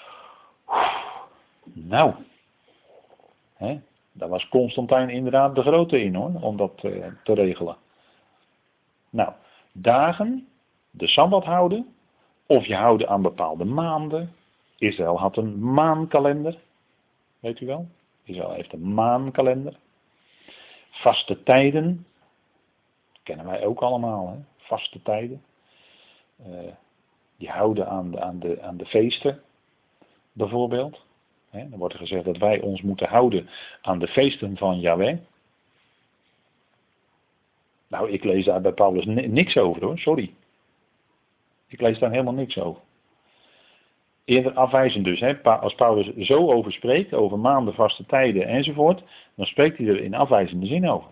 Nou, he, daar was Constantijn inderdaad de grote in hoor, om dat uh, te regelen. Nou, dagen, de Sabbat houden, of je houden aan bepaalde maanden. Israël had een maankalender, weet u wel? Israël heeft een maankalender. Vaste tijden, dat kennen wij ook allemaal, hè? Vaste tijden. Uh, die houden aan de, aan, de, aan de feesten, bijvoorbeeld. Hè? Dan wordt er gezegd dat wij ons moeten houden aan de feesten van Yahweh. Nou, ik lees daar bij Paulus niks over hoor, sorry. Ik lees daar helemaal niks over. Eerder afwijzend dus, hè? Als Paulus zo over spreekt, over maanden, vaste tijden enzovoort, dan spreekt hij er in afwijzende zin over.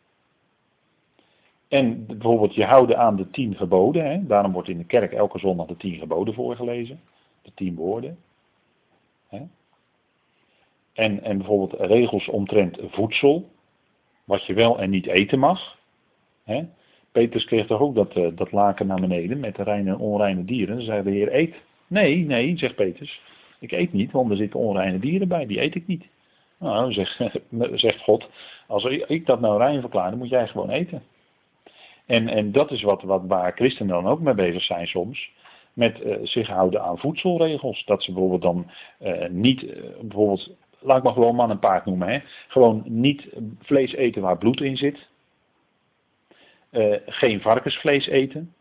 En bijvoorbeeld je houden aan de tien geboden, hè? Daarom wordt in de kerk elke zondag de tien geboden voorgelezen, de tien woorden. Hè? En, en bijvoorbeeld regels omtrent voedsel, wat je wel en niet eten mag. Hè? Petrus kreeg toch ook dat, uh, dat laken naar beneden met de reine en onreine dieren. Dan zei de Heer, eet. Nee, nee, zegt Petrus. Ik eet niet, want er zitten onreine dieren bij, die eet ik niet. Nou, zegt, zegt God, als ik dat nou rein verklaar, dan moet jij gewoon eten. En, en dat is wat, wat waar christenen dan ook mee bezig zijn soms. Met uh, zich houden aan voedselregels. Dat ze bijvoorbeeld dan uh, niet, uh, bijvoorbeeld, laat ik maar gewoon man en paard noemen. Hè? Gewoon niet vlees eten waar bloed in zit. Uh, geen varkensvlees eten.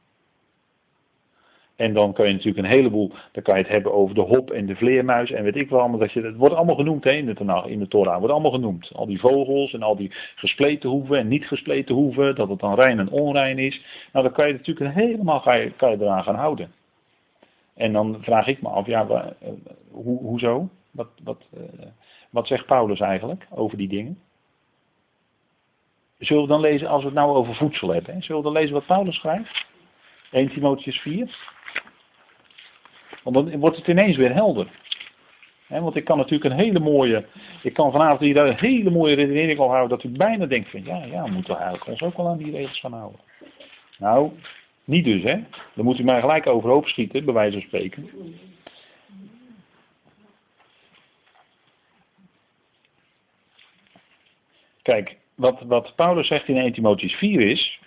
En dan kan je natuurlijk een heleboel, dan kan je het hebben over de hop en de vleermuis en weet ik wel allemaal. Dat je, het wordt allemaal genoemd hè, in, de, in de Torah, wordt allemaal genoemd. Al die vogels en al die gespleten hoeven en niet gespleten hoeven, dat het dan rein en onrein is. Nou dan kan je natuurlijk helemaal kan je, kan je eraan gaan houden. En dan vraag ik me af, ja, waar, uh, ho, hoezo? Wat, wat, uh, wat zegt Paulus eigenlijk over die dingen? Zullen we dan lezen, als we het nou over voedsel hebben, hè? Zullen we dan lezen wat Paulus schrijft? Eerste Timotheüs vier. Want dan wordt het ineens weer helder. He, want ik kan natuurlijk een hele mooie, ik kan vanavond hier een hele mooie redenering al houden, dat u bijna denkt van, ja, ja, moeten we eigenlijk ons ook wel aan die regels gaan houden. Nou, niet dus, hè. Dan moet u mij gelijk overhoop schieten, bij wijze van spreken. Kijk, wat, wat Paulus zegt in Eerste Timotheüs vier is,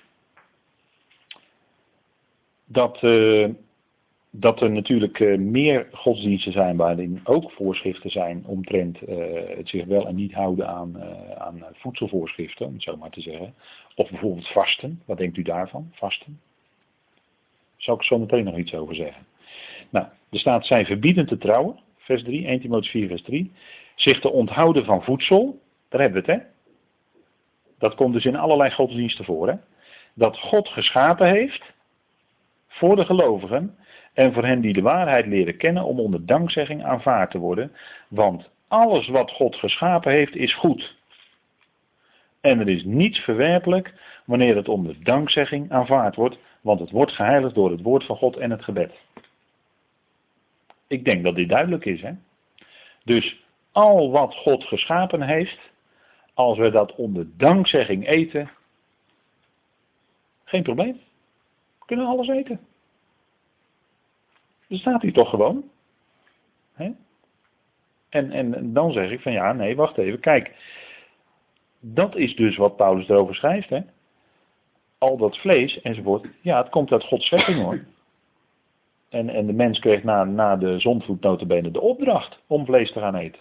dat... Uh, Dat er natuurlijk uh, meer godsdiensten zijn waarin ook voorschriften zijn omtrent uh, het zich wel en niet houden aan, uh, aan voedselvoorschriften, om het zo maar te zeggen. Of bijvoorbeeld vasten. Wat denkt u daarvan? Vasten. Daar zal ik zo meteen nog iets over zeggen. Nou, er staat zij verbieden te trouwen, vers drie, Eerste Timotheüs vier vers drie. Zich te onthouden van voedsel, daar hebben we het hè. Dat komt dus in allerlei godsdiensten voor hè. Dat God geschapen heeft voor de gelovigen. En voor hen die de waarheid leren kennen om onder dankzegging aanvaard te worden. Want alles wat God geschapen heeft is goed. En er is niets verwerpelijk wanneer het onder dankzegging aanvaard wordt. Want het wordt geheiligd door het woord van God en het gebed. Ik denk dat dit duidelijk is. Hè? Dus al wat God geschapen heeft. Als we dat onder dankzegging eten. Geen probleem. We kunnen alles eten. Dat staat hier toch gewoon. He? En, en dan zeg ik van ja, nee, wacht even. Kijk, dat is dus wat Paulus erover schrijft. Hè? Al dat vlees enzovoort. Ja, het komt uit Gods schepping hoor. En, en de mens kreeg na, na de zondvloed nota bene de opdracht om vlees te gaan eten.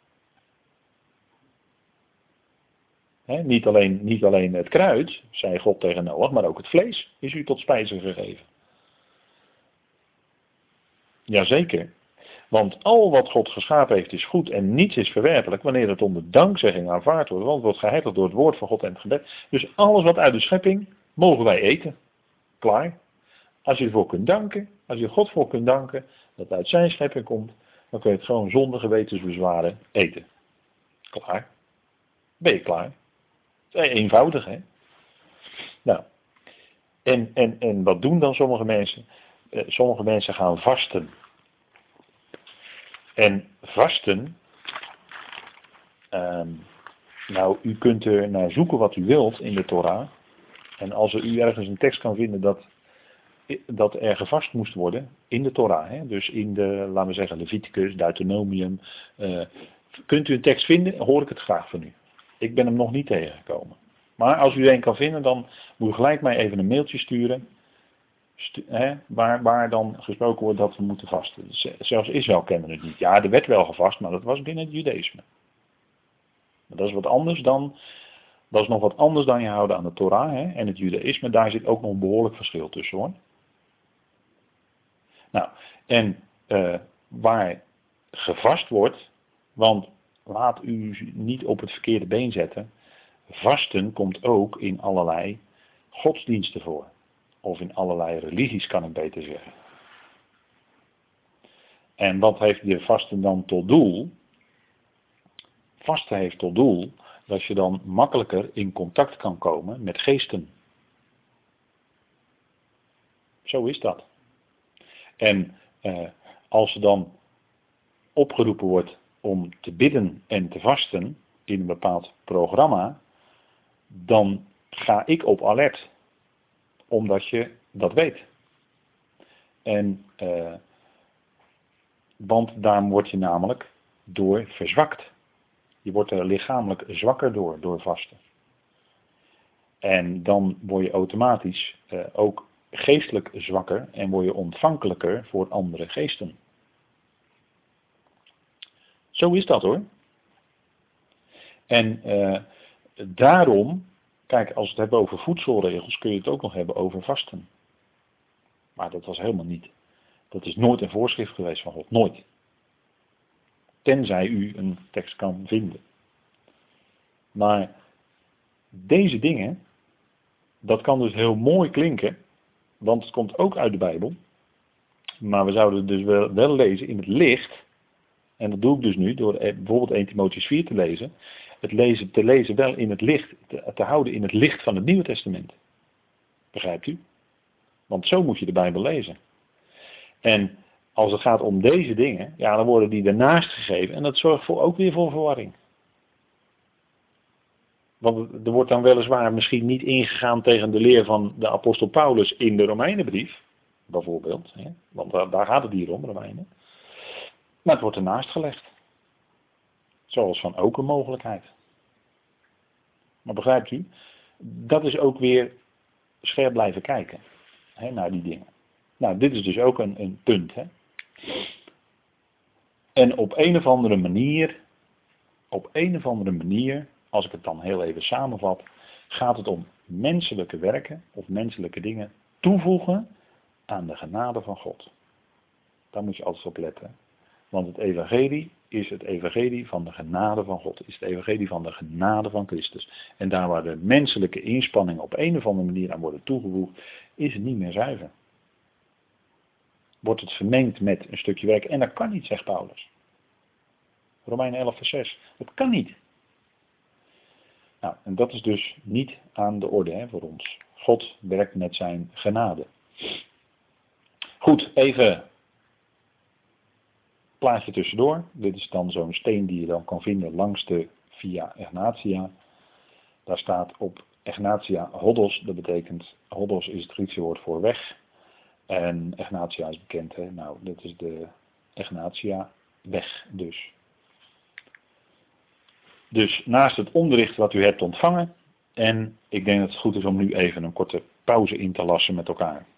He, niet, alleen, niet alleen het kruid, zei God tegen Noach, maar ook het vlees is u tot spijze gegeven. Jazeker. Want al wat God geschapen heeft is goed en niets is verwerpelijk wanneer het onder dankzegging aanvaard wordt. Want het wordt geheiligd door het woord van God en het gebed. Dus alles wat uit de schepping mogen wij eten. Klaar. Als je ervoor kunt danken, als je God voor kunt danken dat het uit zijn schepping komt, dan kun je het gewoon zonder gewetensbezwaren eten. Klaar. Ben je klaar. Eenvoudig, hè? Nou, en, en, en wat doen dan sommige mensen? Eh, sommige mensen gaan vasten. En vasten, uh, nou, u kunt er naar zoeken wat u wilt in de Torah. En als u ergens een tekst kan vinden dat, dat er gevast moest worden in de Torah, hè, dus in de, laten we zeggen, Leviticus, Deuteronomium, uh, kunt u een tekst vinden, hoor ik het graag van u. Ik ben hem nog niet tegengekomen. Maar als u er een kan vinden, dan moet u gelijk mij even een mailtje sturen. Stu hè, waar, waar dan gesproken wordt dat we moeten vasten. Zelfs Israël kende het niet. Ja, er werd wel gevast, maar dat was binnen het Judaïsme. Maar dat is wat anders dan, dat is nog wat anders dan je houden aan de Torah, hè, en het Judaïsme. Daar zit ook nog een behoorlijk verschil tussen, hoor. Nou, en uh, waar gevast wordt, want laat u niet op het verkeerde been zetten. Vasten komt ook in allerlei godsdiensten voor. Of in allerlei religies, kan ik beter zeggen. En wat heeft de vasten dan tot doel? Vasten heeft tot doel dat je dan makkelijker in contact kan komen met geesten. Zo is dat. En eh, als er dan opgeroepen wordt om te bidden en te vasten in een bepaald programma, dan ga ik op alert. Omdat je dat weet. En, uh, want daar word je namelijk door verzwakt. Je wordt er lichamelijk zwakker door, door vasten. En dan word je automatisch uh, ook geestelijk zwakker en word je ontvankelijker voor andere geesten. Zo is dat, hoor. En uh, daarom, kijk, als we het hebben over voedselregels, kun je het ook nog hebben over vasten. Maar dat was helemaal niet. Dat is nooit een voorschrift geweest van God. Nooit. Tenzij u een tekst kan vinden. Maar deze dingen, dat kan dus heel mooi klinken, want het komt ook uit de Bijbel. Maar we zouden het dus wel, wel lezen in het licht. En dat doe ik dus nu door bijvoorbeeld eerste Timotheüs vier te lezen. Het lezen, te lezen wel in het licht, te, te houden in het licht van het Nieuwe Testament. Begrijpt u? Want zo moet je de Bijbel lezen. En als het gaat om deze dingen, ja, dan worden die daarnaast gegeven en dat zorgt voor, ook weer voor verwarring. Want er wordt dan weliswaar misschien niet ingegaan tegen de leer van de apostel Paulus in de Romeinenbrief, bijvoorbeeld. Hè? Want daar, daar gaat het hier om, Romeinen. Maar het wordt ernaast gelegd. Zoals van ook een mogelijkheid. Maar begrijpt u, dat is ook weer scherp blijven kijken, hè, naar die dingen. Nou, dit is dus ook een, een punt. Hè. En op een of andere manier, op een of andere manier, als ik het dan heel even samenvat, gaat het om menselijke werken of menselijke dingen toevoegen aan de genade van God. Daar moet je altijd op letten. Want het evangelie is het evangelie van de genade van God. Is het evangelie van de genade van Christus. En daar waar de menselijke inspanningen op een of andere manier aan worden toegevoegd, is het niet meer zuiver. Wordt het vermengd met een stukje werk. En dat kan niet, zegt Paulus. Romeinen elf vers zes. Dat kan niet. Nou, en dat is dus niet aan de orde, hè, voor ons. God werkt met zijn genade. Goed, even plaatje tussendoor. Dit is dan zo'n steen die je dan kan vinden langs de Via Egnatia. Daar staat op Egnatia Hodos. Dat betekent, Hodos is het Griekse woord voor weg. En Egnatia is bekend, hè? Nou, dit is de Egnatia weg dus. Dus naast het onderricht wat u hebt ontvangen. En ik denk dat het goed is om nu even een korte pauze in te lassen met elkaar.